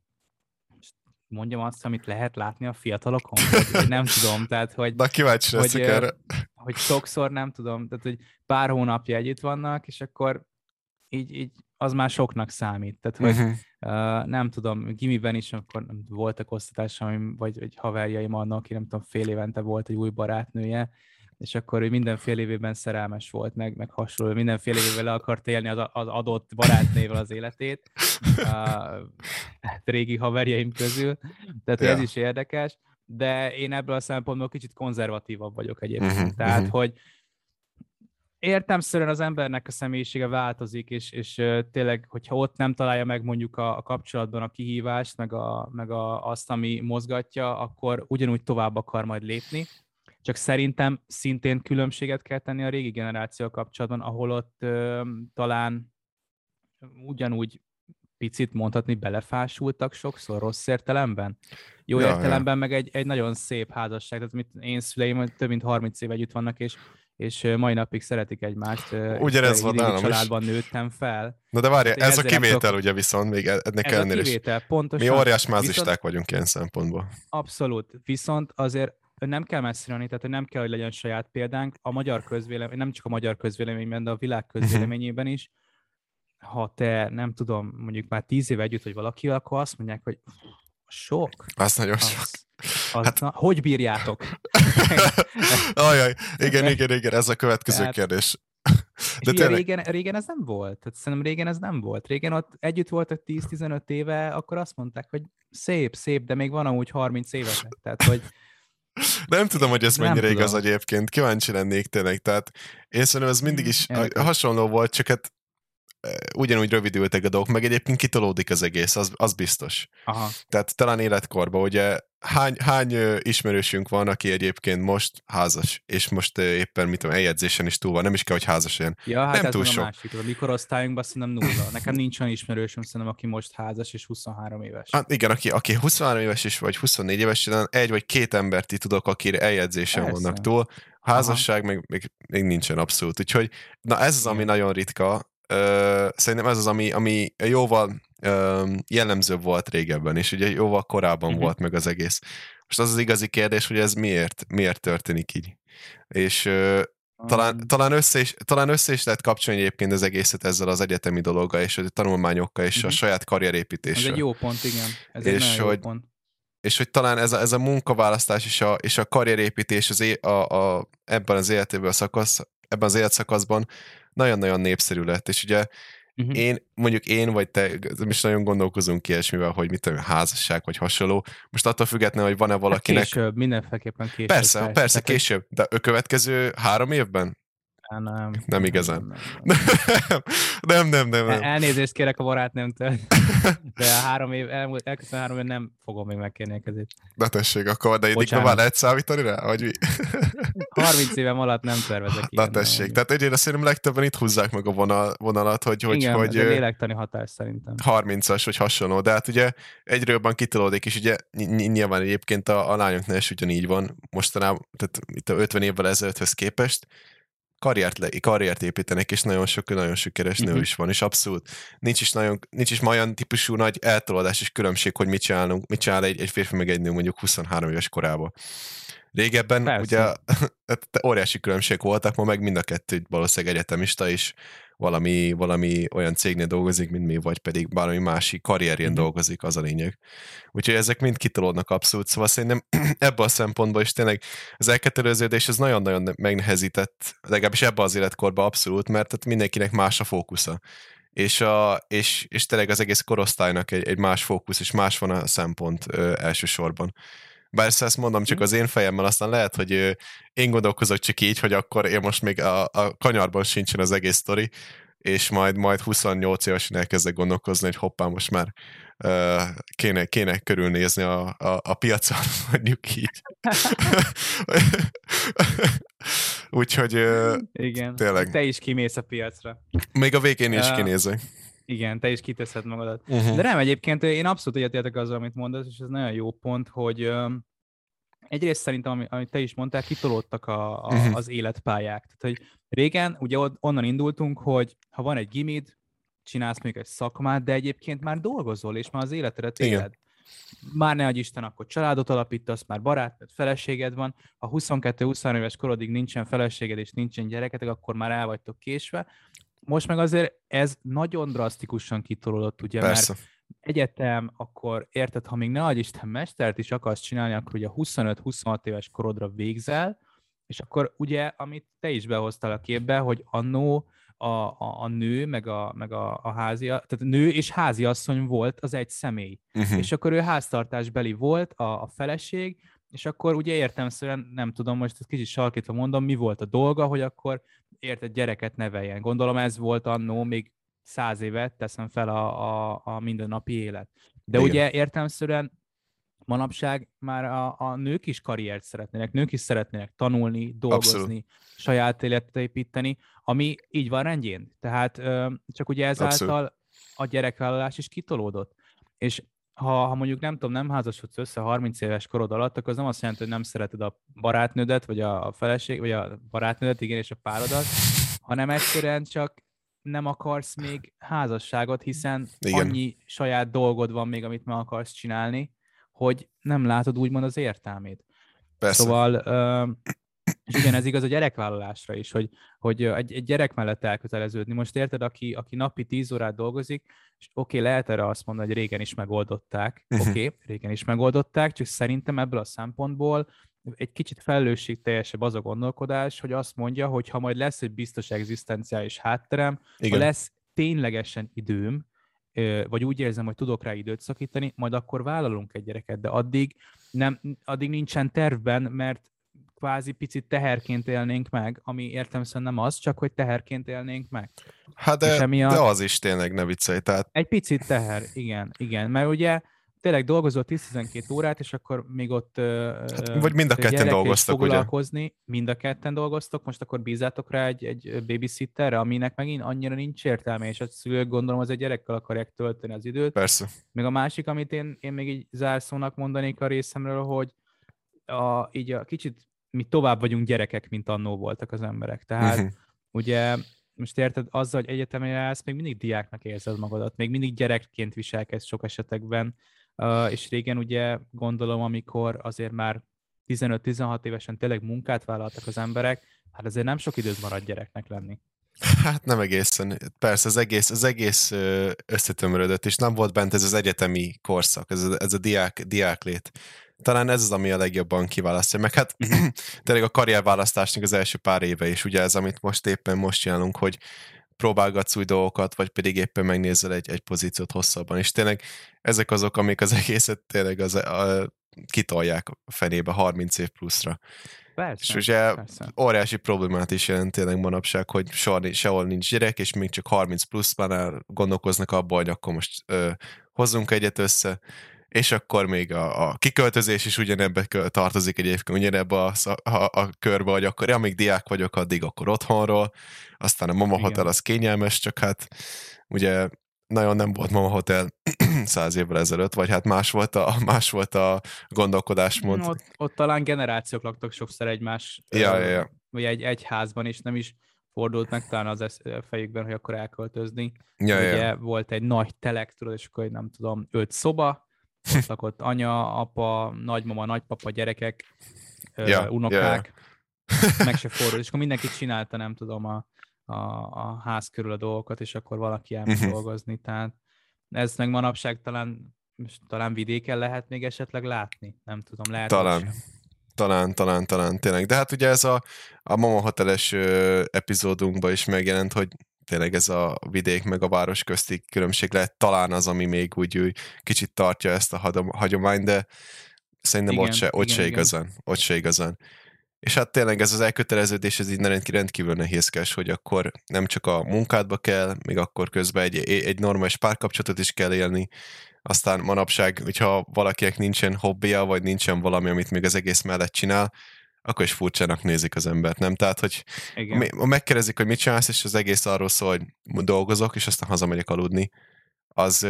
mondjam azt, amit lehet látni a fiatalokon, vagy nem tudom, tehát, hogy... Na, kíváncsi hogy, erre. hogy sokszor nem tudom, tehát, hogy pár hónapja együtt vannak, és akkor így, így az már soknak számít. Tehát, hogy uh-huh. uh, nem tudom, gimiben is, akkor voltak osztatásaim, vagy, vagy haverjaim annak, aki nem tudom, fél évente volt egy új barátnője, és akkor ő minden fél évében szerelmes volt, meg, meg hasonló, minden fél évében le akart élni az, az adott barátnével az életét, uh, régi haverjaim közül, tehát yeah. ez is érdekes, de én ebből a szempontból kicsit konzervatívabb vagyok egyébként, uh-huh, tehát, uh-huh. hogy értelemszerűen az embernek a személyisége változik, és, és uh, tényleg, hogyha ott nem találja meg mondjuk a, a kapcsolatban a kihívást, meg, a, meg a, azt, ami mozgatja, akkor ugyanúgy tovább akar majd lépni. Csak szerintem szintén különbséget kell tenni a régi generáció kapcsolatban, ahol ott ö, talán ugyanúgy picit mondhatni belefásultak sokszor, rossz értelemben. Jó ja, értelemben ja. meg egy, egy nagyon szép házasság. Tehát mit én szüleim több mint harminc év együtt vannak, és, és mai napig szeretik egymást. Ugyanez van nálam is. Családban nőttem fel. Na de várj, ez a kivétel tudok... ugye viszont még ennek ez ellenére is. Kivétel, pontosan. Mi óriás mázlisták viszont... vagyunk ilyen szempontból. Abszolút. Viszont azért nem kell messzire menni, tehát hogy nem kell, hogy legyen saját példánk. A magyar közvélemény, nem csak a magyar közvéleményben, de a világ közvéleményében is, ha te, nem tudom, mondjuk már tíz éve együtt vagy valaki, akkor azt mondják, hogy sok. Az nagyon az, sok. Az, hát... na, hogy bírjátok? Ajaj, igen, igen, igen, ez a következő tehát, kérdés. De tényleg... régen, régen ez nem volt. Tehát szerintem régen ez nem volt. Régen ott együtt voltak tíz-tizenöt éve, akkor azt mondták, hogy szép, szép, de még van amúgy harminc évesek. Tehát, hogy nem tudom, hogy ez mennyire tudom. Igaz egyébként. Kíváncsi lennék tényleg. Tehát én szerintem ez mindig is Érdekes. hasonló volt, csak hát ugyanúgy rövidültek a dolgok, meg egyébként kitolódik az egész, az, az biztos. Aha. Tehát talán életkorban, ugye hány, hány ismerősünk van, aki egyébként most házas, és most éppen, mit tudom, eljegyzésen is túl van, nem is kell, hogy házas legyen. Ja, hát nem ez túl van sok. a másik. A mikorosztályunkban szerintem nulla. Nekem nincs olyan ismerősöm szerintem, aki most házas és huszonhárom éves. Hát igen, aki, aki huszonhárom éves is, vagy huszonnégy éves, egy vagy két embert így tudok, akire eljegyzésen Persze. vannak túl. A házasság még, még, még nincsen abszolút. Úgyhogy, na ez az, ami igen. nagyon ritka. Uh, szerintem ez az, ami, ami jóval uh, jellemzőbb volt régebben, és ugye jóval korábban uh-huh. volt meg az egész. Most az az igazi kérdés, hogy ez miért, miért történik így. És uh, talán, um. talán, össze is, talán össze is lehet kapcsolni egyébként az egészet ezzel az egyetemi dologgal, és a tanulmányokkal, és uh-huh. a saját karrierépítéssel. Ez egy jó pont, igen. Ez és egy nagyon hogy, jó pont. És hogy talán ez a, ez a munkaválasztás és a, és a karrierépítés az é, a, a, ebben az életében a szakasz, ebben az életszakaszban nagyon-nagyon népszerű lett, és ugye uh-huh. én, mondjuk én vagy te, is nagyon gondolkozunk ki ilyesmivel, hogy mit tudom, házasság vagy hasonló. Most attól függetlenül, hogy van-e valakinek... Később, mindenféleképpen később. Persze, persze, persze később. De a következő három évben? nem, Nem igazán. Nem, nem, nem, nem, nem. nem, El- nem. Elnézést kérek a barátnőmtől, de a három év, elmúlt, elköszönő három év nem fogom még megkérni a kezét. Na tessék, akkor de idékben Bocsánat. már lehet számítani rá? Vagy mi? harminc évem alatt nem tervezek Na ilyen. tessék, tehát egyébként szerintem legtöbben itt húzzák meg a vonal, vonalat, hogy, hogy, Igen, hogy ez egy lélektani hatás szerintem. harmincas vagy hasonló, de hát ugye egyre jobban kitolódik, és ugye ny- nyilván egyébként a, a lányoknál is ugyanígy van mostanában, tehát itt a ötven évvel ezelőtthöz képest karriert, le, karriert építenek, és nagyon sok, nagyon sikeres nő Uh-huh. is van, és abszolút nincs is, nagyon, nincs is olyan típusú nagy eltolódás és különbség, hogy mit csinálunk, mit csinál egy, egy férfi meg egy nő mondjuk huszonhárom éves korában. Régebben Persze. ugye óriási különbség voltak, ma meg mind a kettő valószínűleg egyetemista is, valami, valami olyan cégnél dolgozik, mint mi, vagy pedig valami másik karrierjén uh-huh. dolgozik, az a lényeg. Úgyhogy ezek mind kitolódnak abszolút, szóval szerintem ebből a szempontból is tényleg az elköteleződés az nagyon-nagyon megnehezített, legalábbis ebben az életkorban abszolút, mert tehát mindenkinek más a fókusza. És, a, és, és tényleg az egész korosztálynak egy, egy más fókusz, és más van a szempont ö, elsősorban. Bár ezt mondom csak az én fejemmel, aztán lehet, hogy ö, én gondolkozok csak így, hogy akkor én most még a, a kanyarban sincsen az egész sztori, és majd, majd huszonnyolc évesen elkezdek gondolkozni, hogy hoppá, most már uh, kéne, kéne körülnézni a, a, a piacon, mondjuk így. Úgyhogy uh, igen. tényleg. Te is kimész a piacra. Még a végén is uh, kinézek. Igen, te is kiteszed magadat. Uh-huh. De nem, egyébként én abszolút egyetértek azzal, amit mondasz, és ez nagyon jó pont, hogy um, egyrészt szerintem, amit, amit te is mondtál, kitolódtak a, a, uh-huh. az életpályák. Tehát, hogy régen ugye onnan indultunk, hogy ha van egy gimid, csinálsz még egy szakmát, de egyébként már dolgozol, és már az életedet éled. Már ne adj Isten, akkor családot alapítasz, már barátod, feleséged van. Ha huszonkettő-huszonhárom éves korodig nincsen feleséged és nincsen gyereketek, akkor már el vagytok késve. Most meg azért ez nagyon drasztikusan kitolódott, ugye, Persze. mert egyetem, akkor érted, ha még ne adj Isten mestert is akarsz csinálni, akkor ugye huszonöt-huszonhat éves korodra végzel, és akkor ugye, amit te is behoztál a képbe, hogy annó a, a, a nő, meg a, meg a, a házi, tehát nő és háziasszony volt az egy személy. Uh-huh. És akkor ő háztartásbeli volt, a, a feleség, és akkor ugye értelemszerűen, nem tudom, most ezt kicsit sarkítva mondom, mi volt a dolga, hogy akkor érted, gyereket neveljen. Gondolom ez volt annó még száz évet, teszem fel a, a, a mindennapi élet. De igen. Ugye értelemszerűen manapság már a, a nők is karriert szeretnének, nők is szeretnének tanulni, dolgozni, Abszolút. saját életet építeni, ami így van rendjén. Tehát csak ugye ezáltal Abszolút. a gyerekvállalás is kitolódott. És ha, ha mondjuk nem tudom, nem házasodsz össze harminc éves korod alatt, akkor az nem azt jelenti, hogy nem szereted a barátnődet, vagy a feleség, vagy a barátnődet, igen, és a párodat, hanem egyszerűen csak nem akarsz még házasságot, hiszen igen. annyi saját dolgod van még, amit meg akarsz csinálni, hogy nem látod úgymond az értelmét. Persze. Szóval, és ugyanez igaz a gyerekvállalásra is, hogy, hogy egy, egy gyerek mellett elköteleződni. Most érted, aki, aki napi tíz órát dolgozik, és oké, okay, lehet erre azt mondani, hogy régen is megoldották, uh-huh. oké, okay, régen is megoldották, csak szerintem ebből a szempontból egy kicsit felelősségteljesebb az a gondolkodás, hogy azt mondja, hogy ha majd lesz egy biztos egzisztenciális hátterem, igen. ha lesz ténylegesen időm, vagy úgy érzem, hogy tudok rá időt szakítani, majd akkor vállalunk egy gyereket, de addig, nem, addig nincsen tervben, mert kvázi picit teherként élnénk meg, ami értelemszerűen nem az, csak hogy teherként élnénk meg. Hát de, emiatt... de az is tényleg, ne viccelj, tehát... Egy picit teher, igen, igen, mert ugye tényleg dolgozott tíz-tizenkét órát, és akkor még ott hát, vagy mind a ketten dolgoztak, foglalkozni, ugye? Mind a ketten dolgoztok, most akkor bízátok rá egy, egy babysitterre, aminek megint annyira nincs értelme, és a szülők gondolom az egy gyerekkel akarják tölteni az időt. Persze. Még a másik, amit én, én még így zárszónak mondanék a részemről, hogy a, így a kicsit mi tovább vagyunk gyerekek, mint annó voltak az emberek. Tehát uh-huh. ugye most érted, azzal, hogy egyetemre jársz, még mindig diáknak érzed magadat, még mindig gyerekként viselkedsz sok esetekben, uh, és régen ugye gondolom, amikor azért már tizenöt-tizenhat évesen tényleg munkát vállaltak az emberek, hát azért nem sok időt marad gyereknek lenni. Hát nem egészen. Persze az egész, az egész összetömörödött, és nem volt bent ez az egyetemi korszak, ez a, ez a diák, diáklét. Talán ez az, ami a legjobban kiválasztja. Meg hát tényleg a karrierválasztásnak az első pár éve is, ugye ez, amit most éppen most csinálunk, hogy próbálgatsz új dolgokat, vagy pedig éppen megnézel egy, egy pozíciót hosszabban. És tényleg ezek azok, amik az egészet tényleg az, a, kitolják a fenébe harminc év pluszra. Persze, és ugye persze. óriási problémát is jelent tényleg manapság, hogy soha, sehol nincs gyerek, és még csak harminc plusz már gondolkoznak abban, hogy akkor most ö, hozzunk egyet össze, és akkor még a, a kiköltözés is ugyanebbe tartozik egyébként, ugyanebbe a, a, a körbe, hogy akkor, ja, még diák vagyok, addig akkor otthonról, aztán a Mama Hotel az kényelmes, csak hát ugye nagyon nem volt Mama Hotel száz évvel ezelőtt, vagy hát más volt a, más volt a gondolkodásmód. Ott, ott talán generációk laktak sokszor egymás, ja, ö, ja, ja. vagy egy, egy házban, és nem is fordult meg talán az esz, fejükben, hogy akkor elköltözni. Ja, Ugye ja. volt egy nagy telek, tudod, és akkor nem tudom, öt szoba, ott lakott anya, apa, nagymama, nagypapa, gyerekek, ja, unokák, ja, ja. meg se fordult, és akkor mindenki csinálta, nem tudom, a, a, a ház körül a dolgokat, és akkor valaki elment uh-huh. dolgozni, tehát ez meg manapság talán, talán vidéken lehet még esetleg látni, nem tudom, lehet talán, talán, talán, talán, tényleg, de hát ugye ez a, a Mama Hoteles ö, epizódunkban is megjelent, hogy tényleg ez a vidék meg a város közti különbség lehet talán az, ami még úgy, úgy kicsit tartja ezt a hagyományt, de szerintem igen, ott se, ott igen, se igazán, ott se igazán. És hát tényleg ez az elköteleződés, ez így rendkívül nehézkes, hogy akkor nem csak a munkádba kell, még akkor közben egy, egy normális párkapcsolatot is kell élni, aztán manapság, hogyha valakinek nincsen hobbija, vagy nincsen valami, amit még az egész mellett csinál, akkor is furcsának nézik az embert, nem? Tehát, hogy igen. megkérdezik, hogy mit csinálsz, és az egész arról szól, hogy dolgozok, és aztán hazamegyek aludni, az,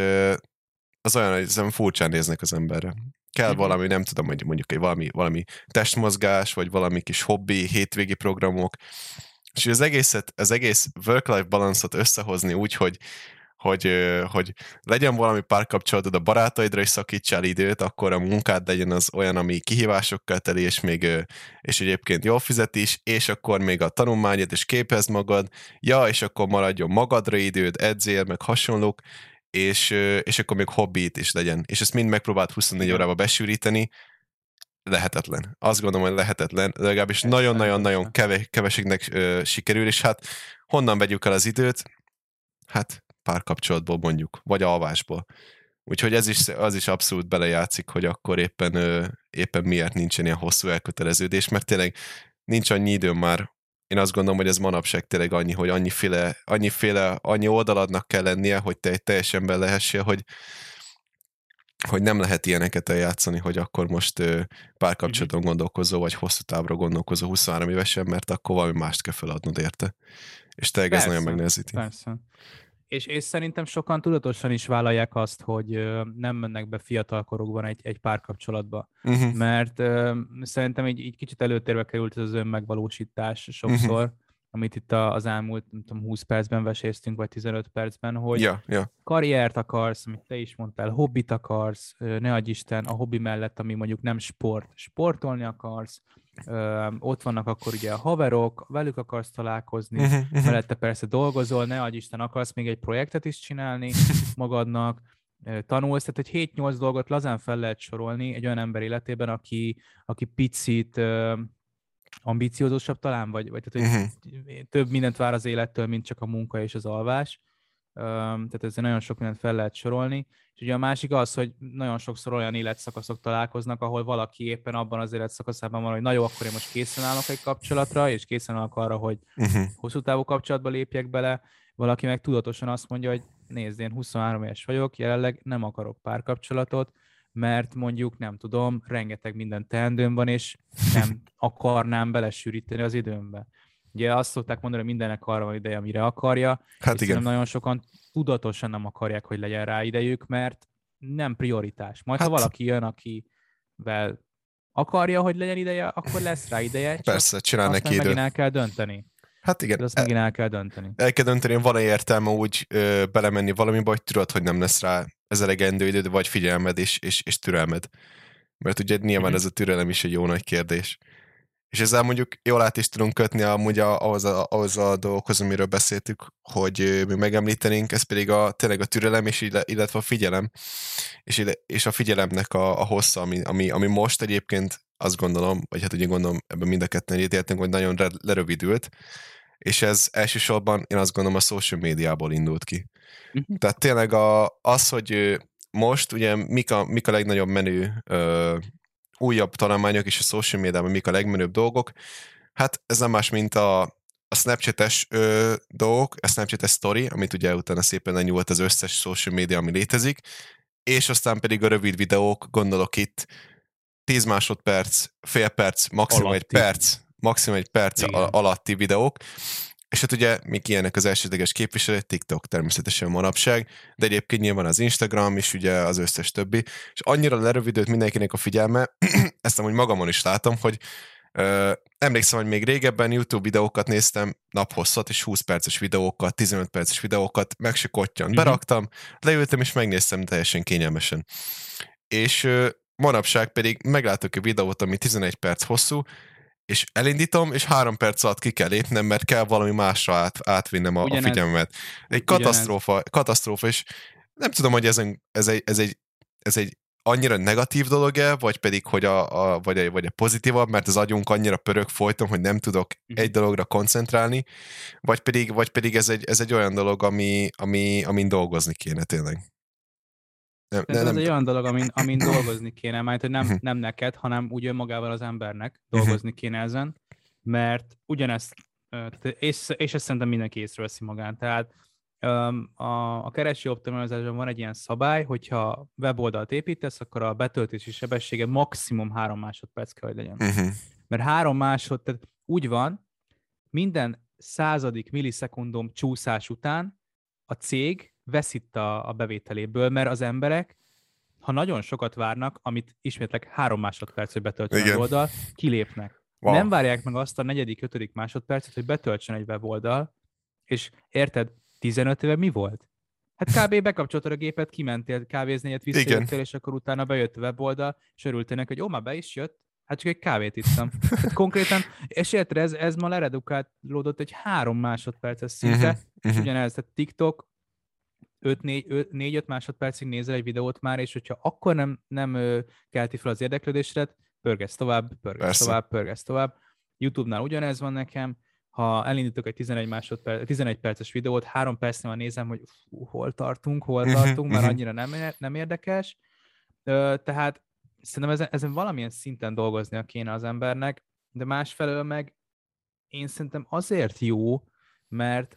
az olyan, hogy furcsán néznek az emberre. Kell uh-huh. valami, nem tudom, hogy mondjuk egy valami, valami testmozgás, vagy valami kis hobbi, hétvégi programok, és az egészet, az egész work-life balance-ot összehozni úgy, hogy, hogy, hogy legyen valami párkapcsolatod, a barátaidra is szakítsál időt, akkor a munkád legyen az olyan, ami kihívásokkal teli, és még és egyébként jól fizet is, és akkor még a tanulmányod, és képezd magad, ja, és akkor maradjon magadra időd, edzél, meg hasonlók, és, és akkor még hobbit is legyen. És ezt mind megpróbált huszonnégy Igen. órába besűríteni, lehetetlen. Azt gondolom, hogy lehetetlen, legalábbis nagyon-nagyon-nagyon keveseknek uh, sikerül, és hát honnan vegyük el az időt? Hát párkapcsolatból mondjuk, vagy alvásból. Úgyhogy ez is, az is abszolút belejátszik, hogy akkor éppen, uh, éppen miért nincsen ilyen hosszú elköteleződés, mert tényleg nincs annyi időm már. Én azt gondolom, hogy ez manapság tényleg annyi, hogy annyiféle, annyiféle, annyi oldaladnak kell lennie, hogy te egy teljes ember lehessél, hogy, hogy nem lehet ilyeneket eljátszani, hogy akkor most párkapcsolaton gondolkozó, vagy hosszú távra gondolkozó huszonhárom évesen, mert akkor valami mást kell feladnod érte. És tényleg ez nagyon megnehezíti. Persze. És, és szerintem sokan tudatosan is vállalják azt, hogy nem mennek be fiatalkorukban egy, egy párkapcsolatba. Uh-huh. Mert uh, szerintem így, így kicsit előtérbe került ez az önmegvalósítás sokszor, uh-huh. amit itt az elmúlt nem tudom, húsz percben veséztünk, vagy tizenöt percben, hogy yeah, yeah. karriert akarsz, amit te is mondtál, hobbit akarsz, ne adj Isten, a hobbi mellett, ami mondjuk nem sport, sportolni akarsz, Ö, ott vannak akkor ugye a haverok, velük akarsz találkozni, uh-huh, uh-huh. mellette persze dolgozol, ne adj Isten, akarsz még egy projektet is csinálni magadnak, tanulsz, tehát egy hét-nyolc dolgot lazán fel lehet sorolni egy olyan ember életében, aki, aki picit ö, ambiciózusabb talán, vagy, vagy tehát, hogy uh-huh. több mindent vár az élettől, mint csak a munka és az alvás. Tehát ezzel nagyon sok mindent fel lehet sorolni. És ugye a másik az, hogy nagyon sokszor olyan életszakaszok találkoznak, ahol valaki éppen abban az életszakaszában van, hogy na jó, akkor én most készen állok egy kapcsolatra, és készen állok arra, hogy uh-huh. hosszú távú kapcsolatba lépjek bele. Valaki meg tudatosan azt mondja, hogy nézd, én huszonhárom éves vagyok, jelenleg nem akarok párkapcsolatot, mert mondjuk, nem tudom, rengeteg minden teendőm van, és nem akarnám belesűríteni az időmbe. Ugye azt szokták mondani, hogy mindennek arra van ideje, amire akarja, hát és nagyon sokan tudatosan nem akarják, hogy legyen rá idejük, mert nem prioritás. Majd hát... ha valaki jön, akivel akarja, hogy legyen ideje, akkor lesz rá ideje, csak persze, csinál neki megint idő. El kell dönteni. Hát igen. De azt megint el kell dönteni. El kell dönteni, van-e értelme úgy ö, belemenni valamiba, hogy tudod, hogy nem lesz rá ez elegendő idő, vagy figyelmed és, és, és türelmed. Mert ugye nyilván mm-hmm. ez a türelem is egy jó nagy kérdés. És ezzel mondjuk jól át is tudunk kötni amúgy ahhoz a, ahhoz a dolgokhoz, amiről beszéltük, hogy mi megemlítenénk, ez pedig a, tényleg a türelem, és illetve a figyelem, és, és a figyelemnek a, a hossza, ami, ami, ami most egyébként azt gondolom, vagy hát ugye gondolom ebben mind a ketten egyetértünk, hogy nagyon lerövidült, és ez elsősorban én azt gondolom a social médiából indult ki. Uh-huh. Tehát tényleg a, az, hogy most ugye mik a, mik a legnagyobb menő ö, újabb találmányok és a social médiában mik a legmenőbb dolgok. Hát ez nem más, mint a, a Snapchat-es ö, dolgok, a Snapchat-es story, amit ugye utána szépen lenyúlt az összes social média, ami létezik, és aztán pedig a rövid videók, gondolok itt tíz másodperc, fél perc, maximum alatti. egy perc, maximum egy perc Igen. alatti videók, és hát ugye még ilyenek az elsődleges képviselő, TikTok természetesen manapság, de egyébként nyilván az Instagram is, ugye az összes többi, és annyira lerövidült mindenkinek a figyelme, ezt amúgy magamon is látom, hogy ö, emlékszem, hogy még régebben YouTube videókat néztem naphosszat, és húsz perces videókat, tizenöt perces videókat, meg se kottyan mm-hmm. beraktam, leültem és megnéztem teljesen kényelmesen. És ö, manapság pedig meglátok egy videót, ami tizenegy perc hosszú, és elindítom, és három perc alatt ki kell lépnem, mert kell valami másra át, átvinnem a, a figyelmet. Egy katasztrófa, katasztrófa, és nem tudom, hogy ezen, ez, egy, ez, egy, ez egy annyira negatív dolog-e, vagy pedig, hogy a, a, vagy, a, vagy a pozitívabb, mert az agyunk annyira pörög folyton, hogy nem tudok egy dologra koncentrálni, vagy pedig, vagy pedig ez, egy, ez egy olyan dolog, ami, ami, amin dolgozni kéne tényleg. Nem, ez nem, egy olyan dolog, amin, amin dolgozni kéne, mert hogy nem, nem neked, hanem úgy önmagával az embernek dolgozni kéne ezen, mert ugyanezt, és, és ezt szerintem mindenki észreveszi magán. Tehát a, a kereső optimalizásban van egy ilyen szabály, hogyha weboldalt építesz, akkor a betöltési sebessége maximum három másodperc kell, hogy legyen. Uh-huh. Mert három másod, tehát úgy van, minden századik millisekundum csúszás után a cég veszít a, a bevételéből, mert az emberek, ha nagyon sokat várnak, amit ismétlek három másodperc, hogy betöltsön a oldal, kilépnek. Wow. Nem várják meg azt a negyedik, ötödik másodpercet, hogy betöltsön egy weboldal, és érted, tizenöt éve mi volt? Hát kb. Bekapcsoltad a gépet, kimentél kávézni, egyet visszajöttél, és akkor utána bejött a weboldal, és örültél neki, hogy ó, már be is jött, hát csak egy kávét ittam. Tehát konkrétan, és érted, ez, ez ma leredukálódott egy három másodperces szintre, uh-huh, és uh-huh. ugyanez, tehát TikTok négy-öt másodpercig nézel egy videót már, és hogyha akkor nem, nem kelti fel az érdeklődésedet, pörgesz tovább, pörgesz Persze. tovább, pörgesz tovább. YouTube-nál ugyanez van nekem, ha elindítok egy tizenegy, másodperc, tizenegy perces videót, három percnél már nézem, hogy fú, hol tartunk, hol tartunk, már annyira nem, nem érdekes. Tehát szerintem ezen, ezen valamilyen szinten dolgoznia kéne az embernek, de másfelől meg én szerintem azért jó, mert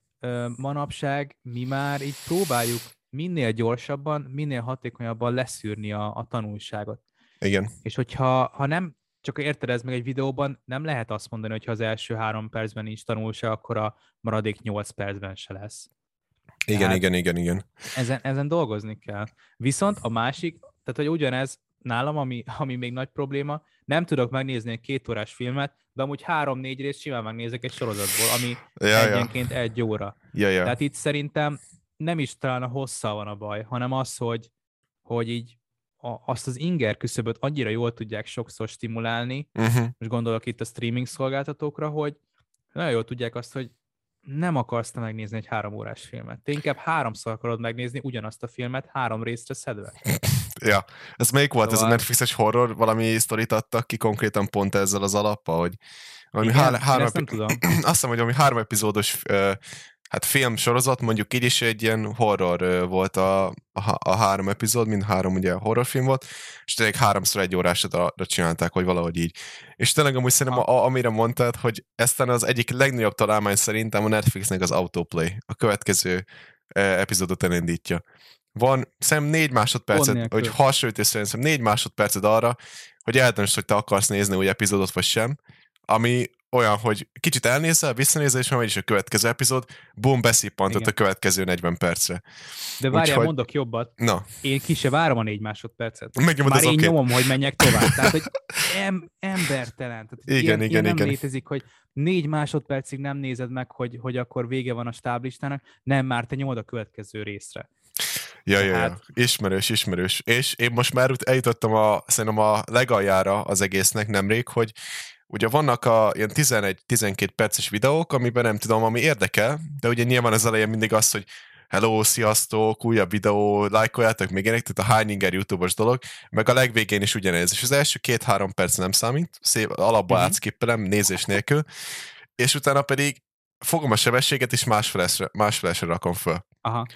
manapság mi már így próbáljuk minél gyorsabban, minél hatékonyabban leszűrni a, a tanulságot. Igen. És hogyha ha nem, csak érted, ez meg egy videóban, nem lehet azt mondani, hogy ha az első három percben nincs tanulság, akkor a maradék nyolc percben se lesz. Igen, tehát igen, igen, igen. Ezen, ezen dolgozni kell. Viszont a másik, tehát hogy ugyanez nálam, ami, ami még nagy probléma, nem tudok megnézni egy két órás filmet, de amúgy három-négy részt simán megnézek egy sorozatból, ami ja, egyenként ja. egy óra. Ja, ja. Tehát itt szerintem nem is talán a hosszal van a baj, hanem az, hogy, hogy így a, azt az inger küszöböt annyira jól tudják sokszor stimulálni, uh-huh. most gondolok itt a streaming szolgáltatókra, hogy nagyon jól tudják azt, hogy nem akarsz te megnézni egy három órás filmet. Te inkább háromszor akarod megnézni ugyanazt a filmet három részre szedve. Ja, ez melyik volt? Szóval... Ez a Netflixes horror? Valami sztorit adtak ki konkrétan pont ezzel az alappal, hogy valami Igen, há- három ezt nem tudom. Azt hiszem, hogy valami három epizódos uh, hát film sorozat, mondjuk így is egy ilyen horror uh, volt a, a, a három epizód, mind három ugye horrorfilm volt, és tényleg háromszor egy órásra csinálták, hogy valahogy így. És tényleg amúgy szerintem, a, amire mondtad, hogy ez az egyik legnagyobb találmány szerintem a Netflixnek az autoplay. A következő uh, epizódot elindítja. Van szerintem négy másodpercet, hogy hasonlítő szerintem négy másodperced arra, hogy eldöntsd, hogy te akarsz nézni új epizódot, vagy sem, ami olyan, hogy kicsit elnézel, visszanézel, és már is a következő epizód, bum, beszippantott Igen. a következő negyven percre. De várjál, Úgy, mondok jobbat. Na. Én ki se várom a négy másodpercet. Megnyomod már az én okay. nyomom, hogy menjek tovább. Tehát, hogy em, embertelen. Tehát igen, ilyen, igen, ilyen igen. nem létezik, hogy négy másodpercig nem nézed meg, hogy, hogy akkor vége van a stáblistának. Nem, már te nyomod a következő részre. Ja, ja, ja, ismerős, ismerős. És én most már eljutottam a, szerintem a legaljára az egésznek nemrég, hogy ugye vannak a ilyen tizenegy-tizenkét perces videók, amiben nem tudom, ami érdekel, de ugye nyilván az elején mindig az, hogy hello, sziasztok, újabb videó, lájkoljátok még ilyenek, tehát a hány inger YouTube-os dolog, meg a legvégén is ugyanez. És az első két-három perc nem számít, szép, alapba mm-hmm. átskippelem, nézés nélkül, és utána pedig fogom a sebességet, és másfelesre, másfelesre rakom föl. Aha.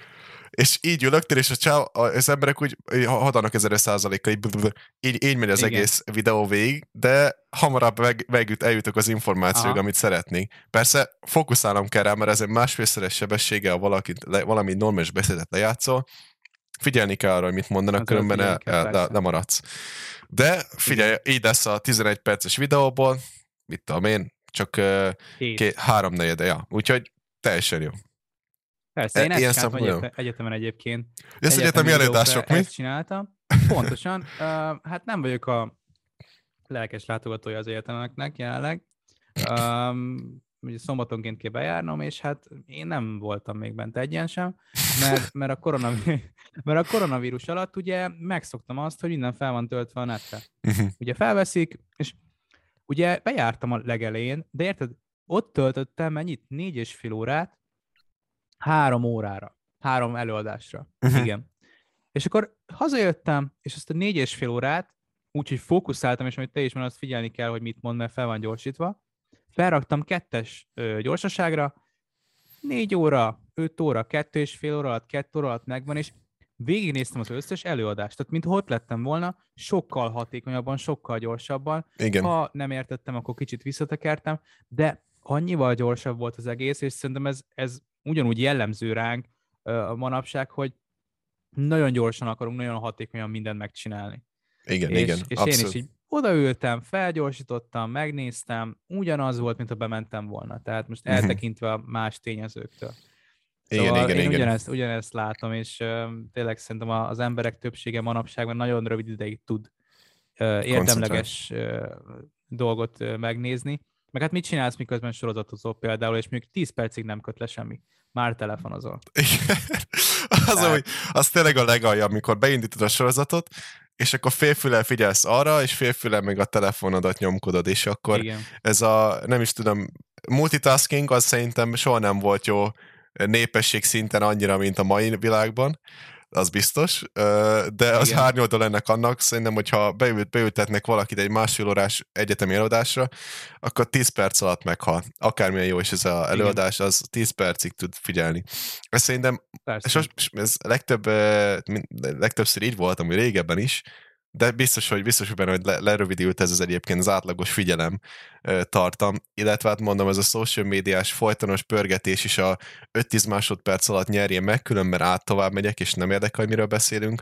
és így ülöktél, és a csáv, az emberek úgy hadanak ezer százalékkal, így, így, így megy az Igen. egész videó végig, de hamarabb meg, megüt, eljutok az információk, Aha. amit szeretnék. Persze fókuszálnom kell rá, mert ez egy másfélszeres sebességgel, ha valaki, le, valami normális beszédet lejátszol, figyelni kell arra, hogy mit mondanak, Azzal különben el, figyelni kell, el, le, lemaradsz. De figyelj, Igen. így lesz a tizenegy perces videóból, mit tudom én, csak uh, két, három negyede, ja. Úgyhogy teljesen jó. Persze, E, én ezt ilyen csináltam szempont, egyet, egyetemen egyébként. Jössz egyetemi előadások, mi? Ezt csináltam. Pontosan. Uh, hát nem vagyok a lelkes látogatója az egyetemeknek jelenleg. Um, ugye szombatonként kell bejárnom, és hát én nem voltam még bent egyen sem, mert, mert, a koronavírus, mert a koronavírus alatt ugye megszoktam azt, hogy minden fel van töltve a netre. Uh-huh. Ugye felveszik, és ugye bejártam a legelején, de érted, ott töltöttem mennyit? Négy és fél órát, három órára, három előadásra. Uh-huh. Igen. És akkor hazajöttem, és azt a négy és fél órát, úgyhogy fókuszáltam, és amit te is mondod, azt figyelni kell, hogy mit mond, mert fel van gyorsítva. Felraktam kettes ö, gyorsaságra, négy óra, öt óra, kettő és fél óra alatt, kettő óra alatt megvan, és végignéztem az összes előadást. Tehát, mintha ott lettem volna, sokkal hatékonyabban, sokkal gyorsabban. Igen. Ha nem értettem, akkor kicsit visszatekertem, de annyival gyorsabb volt az egész, és szerintem ez, ez ugyanúgy jellemző ránk a manapság, hogy nagyon gyorsan akarunk, nagyon hatékonyan mindent megcsinálni. Igen, és, igen, és abszolút. én is így odaültem, felgyorsítottam, megnéztem, ugyanaz volt, mint ha bementem volna. Tehát most eltekintve a más tényezőktől. Igen, Szóval igen, én igen. Ugyanezt, ugyanezt látom, és uh, tényleg szerintem az emberek többsége manapságban nagyon rövid ideig tud uh, érdemleges uh, dolgot uh, megnézni. Meg hát mit csinálsz, miközben sorozatozol például, és mondjuk tíz percig nem köt le semmi. Már telefonozol. Igen. Az, hát... hogy, az tényleg a legalja, amikor beindítod a sorozatot, és akkor félfüllel figyelsz arra, és félfüllel meg a telefonodat nyomkodod, és akkor Igen. Ez a, nem is tudom, multitasking az szerintem soha nem volt jó népesség szinten annyira, mint a mai világban, az biztos, de az hárnyoldal ennek annak, szerintem, hogyha beült, beültetnek valakit egy másfél órás egyetemi előadásra, akkor tíz perc alatt meghal. Akármilyen jó is ez az előadás, az tíz percig tud figyelni. Ez szerintem, sos, ez legtöbb, legtöbbször így volt, amúgy régebben is, de biztos, hogy biztos, hogy benne, hogy le, lerövidült ez az egyébként az átlagos figyelem ö, tartam, illetve hát mondom, ez a social médiás folytonos pörgetés is a öt-tíz másodperc alatt nyerje meg, különben át tovább megyek, és nem érdekel, hogy miről beszélünk.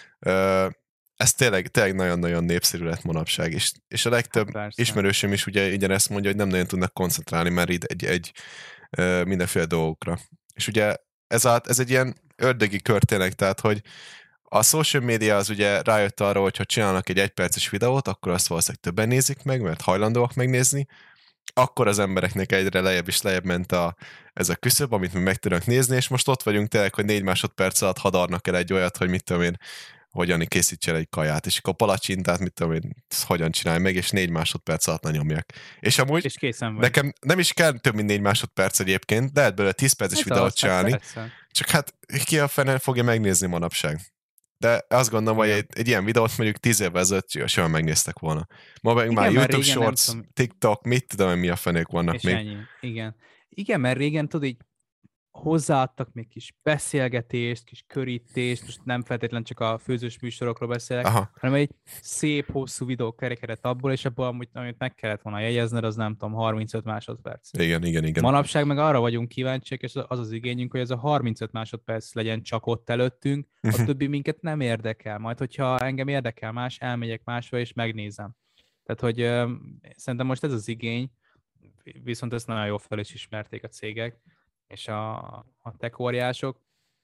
Ö, ez tényleg, tényleg nagyon-nagyon népszerű lett manapság, és, és a legtöbb hát ismerősöm is ugye ugyanezt mondja, hogy nem nagyon tudnak koncentrálni már így egy, egy ö, mindenféle dolgokra. És ugye ez, át, ez egy ilyen ördögi kör tényleg, tehát, hogy a social media az ugye rájött arra, hogy ha csinálnak egy egyperces videót, akkor azt valószínűleg többen nézik meg, mert hajlandóak megnézni, akkor az embereknek egyre lejjebb és lejjebb ment a, ez a küszöb, amit mi meg tudnak nézni, és most ott vagyunk tényleg, hogy négy másodperc alatt hadarnak el egy olyat, hogy mit tudom én, hogyan készítse el egy kaját, és akkor a palacsintát, mit tudom én, hogyan csinálj meg, és négy másodperc alatt lenyomják. És amúgy és készen vagy. Nekem nem is kell több, mint négy másodperc egyébként, de lehet belőle tíz perces ez videót az, csinálni, hát csak hát ki a fene fogja megnézni manapság. De azt gondolom, igen. hogy egy, egy ilyen videót mondjuk tíz évvel ezelőtt soha megnéztek volna. Ma meg igen, már YouTube Shorts, TikTok, mit tudom, mi a fenék vannak és még. Ennyi. Igen. Igen, mert régen tudod, így hozzáadtak még kis beszélgetést, kis körítést, most nem feltétlenül csak a főzős műsorokról beszélek, Aha. hanem egy szép, hosszú videó kerekedett abból, és abból, amit, amit meg kellett volna jegyezned, az nem tudom, harmincöt másodperc. Igen, igen, igen. Manapság meg arra vagyunk kíváncsiak, és az az igényünk, hogy ez a harmincöt másodperc legyen csak ott előttünk, a uh-huh. többi minket nem érdekel. Majd, hogyha engem érdekel más, elmegyek másra, és megnézem. Tehát, hogy ö, szerintem most ez az igény, viszont ezt nagyon jól fel is ismerték a cégek, és a, a tech óriások.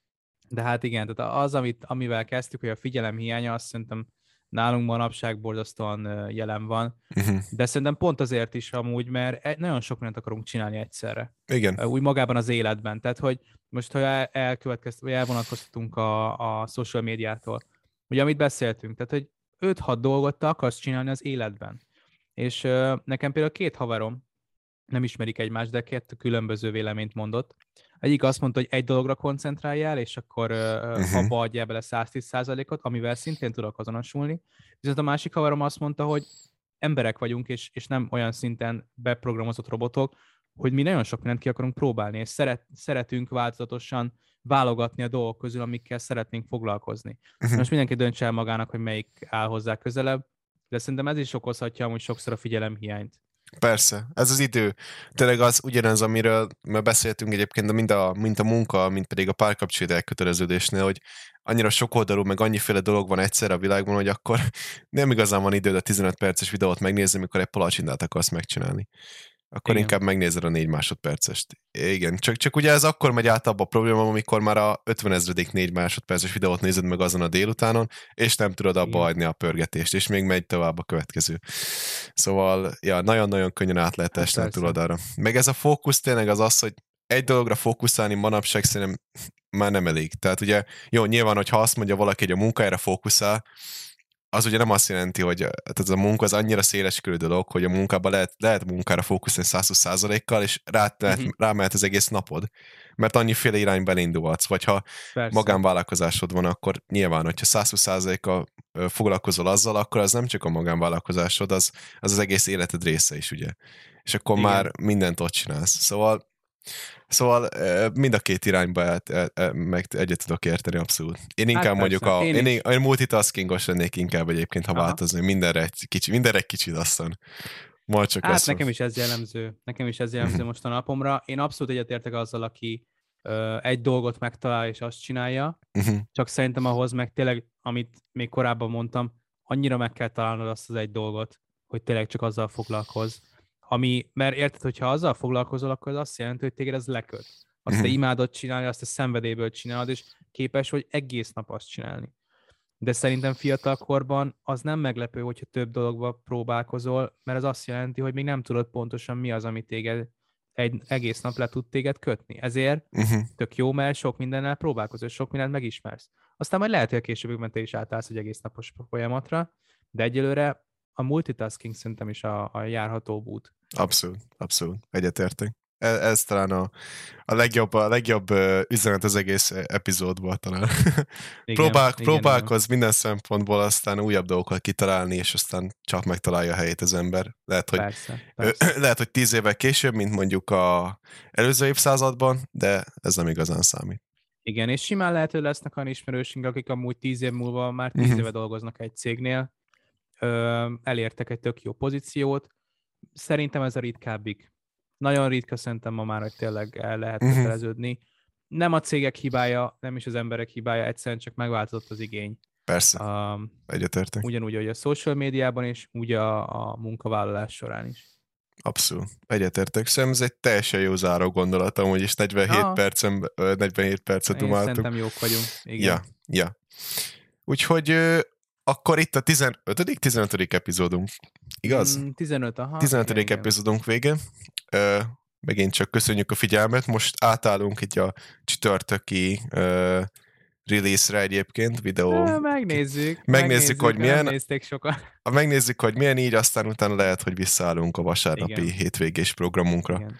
De hát igen, tehát az, amit, amivel kezdtük, hogy a figyelem hiánya, azt szerintem nálunk manapság borzasztóan jelen van. Uh-huh. De szerintem pont azért is amúgy, mert nagyon sok mindent akarunk csinálni egyszerre. Igen. Úgy magában az életben. Tehát, hogy most, ha elkövetkezt, vagy elvonatkoztatunk a, a social médiától, ugye amit beszéltünk, tehát, hogy öt-hat dolgot te akarsz csinálni az életben. És uh, nekem például két haverom, nem ismerik egymást, de kettő különböző véleményt mondott. Egyik azt mondta, hogy egy dologra koncentráljál, és akkor uh-huh. abba adjál bele száz tíz százalékot, amivel szintén tudok azonosulni. Viszont a másik haverom azt mondta, hogy emberek vagyunk, és, és nem olyan szinten beprogramozott robotok, hogy mi nagyon sok mindent ki akarunk próbálni, és szeret, szeretünk változatosan válogatni a dolgok közül, amikkel szeretnénk foglalkozni. Uh-huh. Most mindenki döntse el magának, hogy melyik áll hozzá közelebb, de szerintem ez is okozhatja amúgy sokszor a figyelemhiányt. Persze, ez az idő. Tényleg az ugyanaz, amiről már beszéltünk egyébként, de mind a, mind a munka, mind pedig a párkapcsolat elköteleződésnél, hogy annyira sokoldalú, meg annyiféle dolog van egyszerre a világban, hogy akkor nem igazán van időd a tizenöt perces videót megnézni, amikor egy palacsintát akarsz megcsinálni. Akkor Igen. inkább megnézed a négy másodpercest. Igen, csak, csak ugye ez akkor megy át abba a probléma, amikor már a ötvenezredik négy másodperces videót nézed meg azon a délutánon, és nem tudod abba Igen. hagyni a pörgetést, és még megy tovább a következő. Szóval, ja, nagyon-nagyon könnyen át lehet Hát esni a persze. túloldalra. Meg ez a fókusz tényleg az az, hogy egy dologra fókuszálni manapság szerintem már nem elég. Tehát ugye, jó, nyilván, hogyha azt mondja valaki, hogy a munkájára fókuszál, az ugye nem azt jelenti, hogy tehát ez a munka az annyira széleskörű dolog, hogy a munkában lehet, lehet munkára fókuszálni százhúsz százalékkal, és rá, Mhm. rá mehet az egész napod, mert annyiféle irányba elindulhatsz, vagy ha Persze. magánvállalkozásod van, akkor nyilván, hogyha százhúsz százalékkal foglalkozol azzal, akkor az nem csak a magánvállalkozásod, az az, az egész életed része is, ugye. És akkor Igen. már mindent ott csinálsz. Szóval Szóval mind a két irányba el, el, el, meg egyet tudok érteni, abszolút. Én inkább Hát mondjuk persze. a... Én Én, is. én, én multitaskingos lennék inkább egyébként, ha Aha. változni. Mindenre egy kicsi, mindenre egy kicsit aztán. Majd csak Hát lesz. nekem is ez jellemző. Nekem is ez jellemző most a napomra. Én abszolút egyetértek azzal, aki ö, egy dolgot megtalál és azt csinálja, Uh-huh. csak szerintem ahhoz meg tényleg, amit még korábban mondtam, annyira meg kell találnod azt az egy dolgot, hogy tényleg csak azzal foglalkozz. Ami, mert érted, hogyha azzal foglalkozol, akkor az azt jelenti, hogy téged ez leköt. Azt te Mhm. imádod csinálni, azt te szenvedélyből csinálod, és képes vagy egész nap azt csinálni. De szerintem fiatalkorban az nem meglepő, hogyha több dologba próbálkozol, mert az azt jelenti, hogy még nem tudod pontosan mi az, ami téged egy egész nap le tud téged kötni. Ezért Uh-huh. tök jó, mert sok mindennel próbálkozol, sok mindent megismersz. Aztán majd lehet, hogy a később te is átállsz egy egész napos folyamatra, de egyelőre a multitasking szerintem is a, a járható út. Abszolút, abszolút. Egyetértek. Ez, ez talán a, a legjobb, a legjobb uh, üzenet az egész epizódból talán. Igen, Próbál, igen, próbálkozz minden szempontból, aztán újabb dolgokat kitalálni, és aztán csak megtalálja a helyét az ember. Lehet, hogy, Persze, persze. lehet, hogy tíz évvel később, mint mondjuk a előző évszázadban, de ez nem igazán számít. Igen, és simán lehet, hogy lesznek olyan ismerősünk, akik amúgy tíz év múlva már tíz Mhm. éve dolgoznak egy cégnél, ö, elértek egy tök jó pozíciót. Szerintem ez a ritkábbik. Nagyon ritka szerintem ma már, hogy tényleg el lehet Mhm. köteleződni. Nem a cégek hibája, nem is az emberek hibája, egyszerűen csak megváltozott az igény. Persze, Um, egyetértek. ugyanúgy, hogy a social médiában is, úgy a, a munkavállalás során is. Abszolút. Egyetértek. Szerintem ez egy teljesen jó záró gondolatom, hogy is negyvenhét, Ah. percen, ö, negyvenhét percet Én dumáltunk. szerintem jók vagyunk. Igen. Ja, ja. Úgyhogy ö, akkor itt a tizenötödik tizenötödik epizódunk. Igaz? Mm, tizenöt, aha. tizenötödik igen, igen. epizódunk vége. Ö, megint csak köszönjük a figyelmet. Most átállunk itt a csütörtöki ö, release-re egyébként, videó. Ö, Megnézzük. Megnézzük, hogy nem milyen. nézték sokan. Ha megnézzük, hogy milyen így, aztán utána lehet, hogy visszaállunk a vasárnapi Igen. hétvégés programunkra. Igen.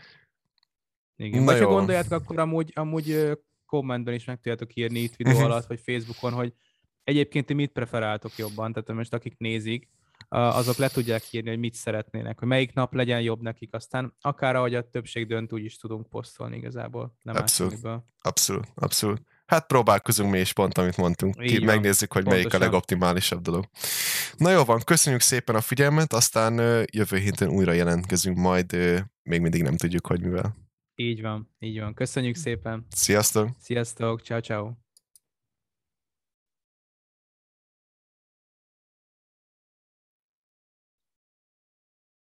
Igen. Na Vagy ha jó. gondoljátok, akkor amúgy, amúgy ö, kommentben is meg tudjátok írni itt videó Mhm. alatt, vagy Facebookon, hogy egyébként ti mit preferáltok jobban, tehát most akik nézik, a- azok le tudják írni, hogy mit szeretnének, hogy melyik nap legyen jobb nekik, aztán akár ahogy a többség dönt, úgy is tudunk posztolni igazából, nem Abszolút. máshol. Abszolút, abszolút. Hát próbálkozunk mi is pont, amit mondtunk. Ki, Így van. megnézzük, hogy melyik a Pontosan. legoptimálisabb dolog. Na jó van, köszönjük szépen a figyelmet, aztán ö, jövő héten újra jelentkezünk, majd ö, még mindig nem tudjuk, hogy mivel. Így van, így van. Köszönjük szépen. Sziasztok! Sziasztok, ciao ciao.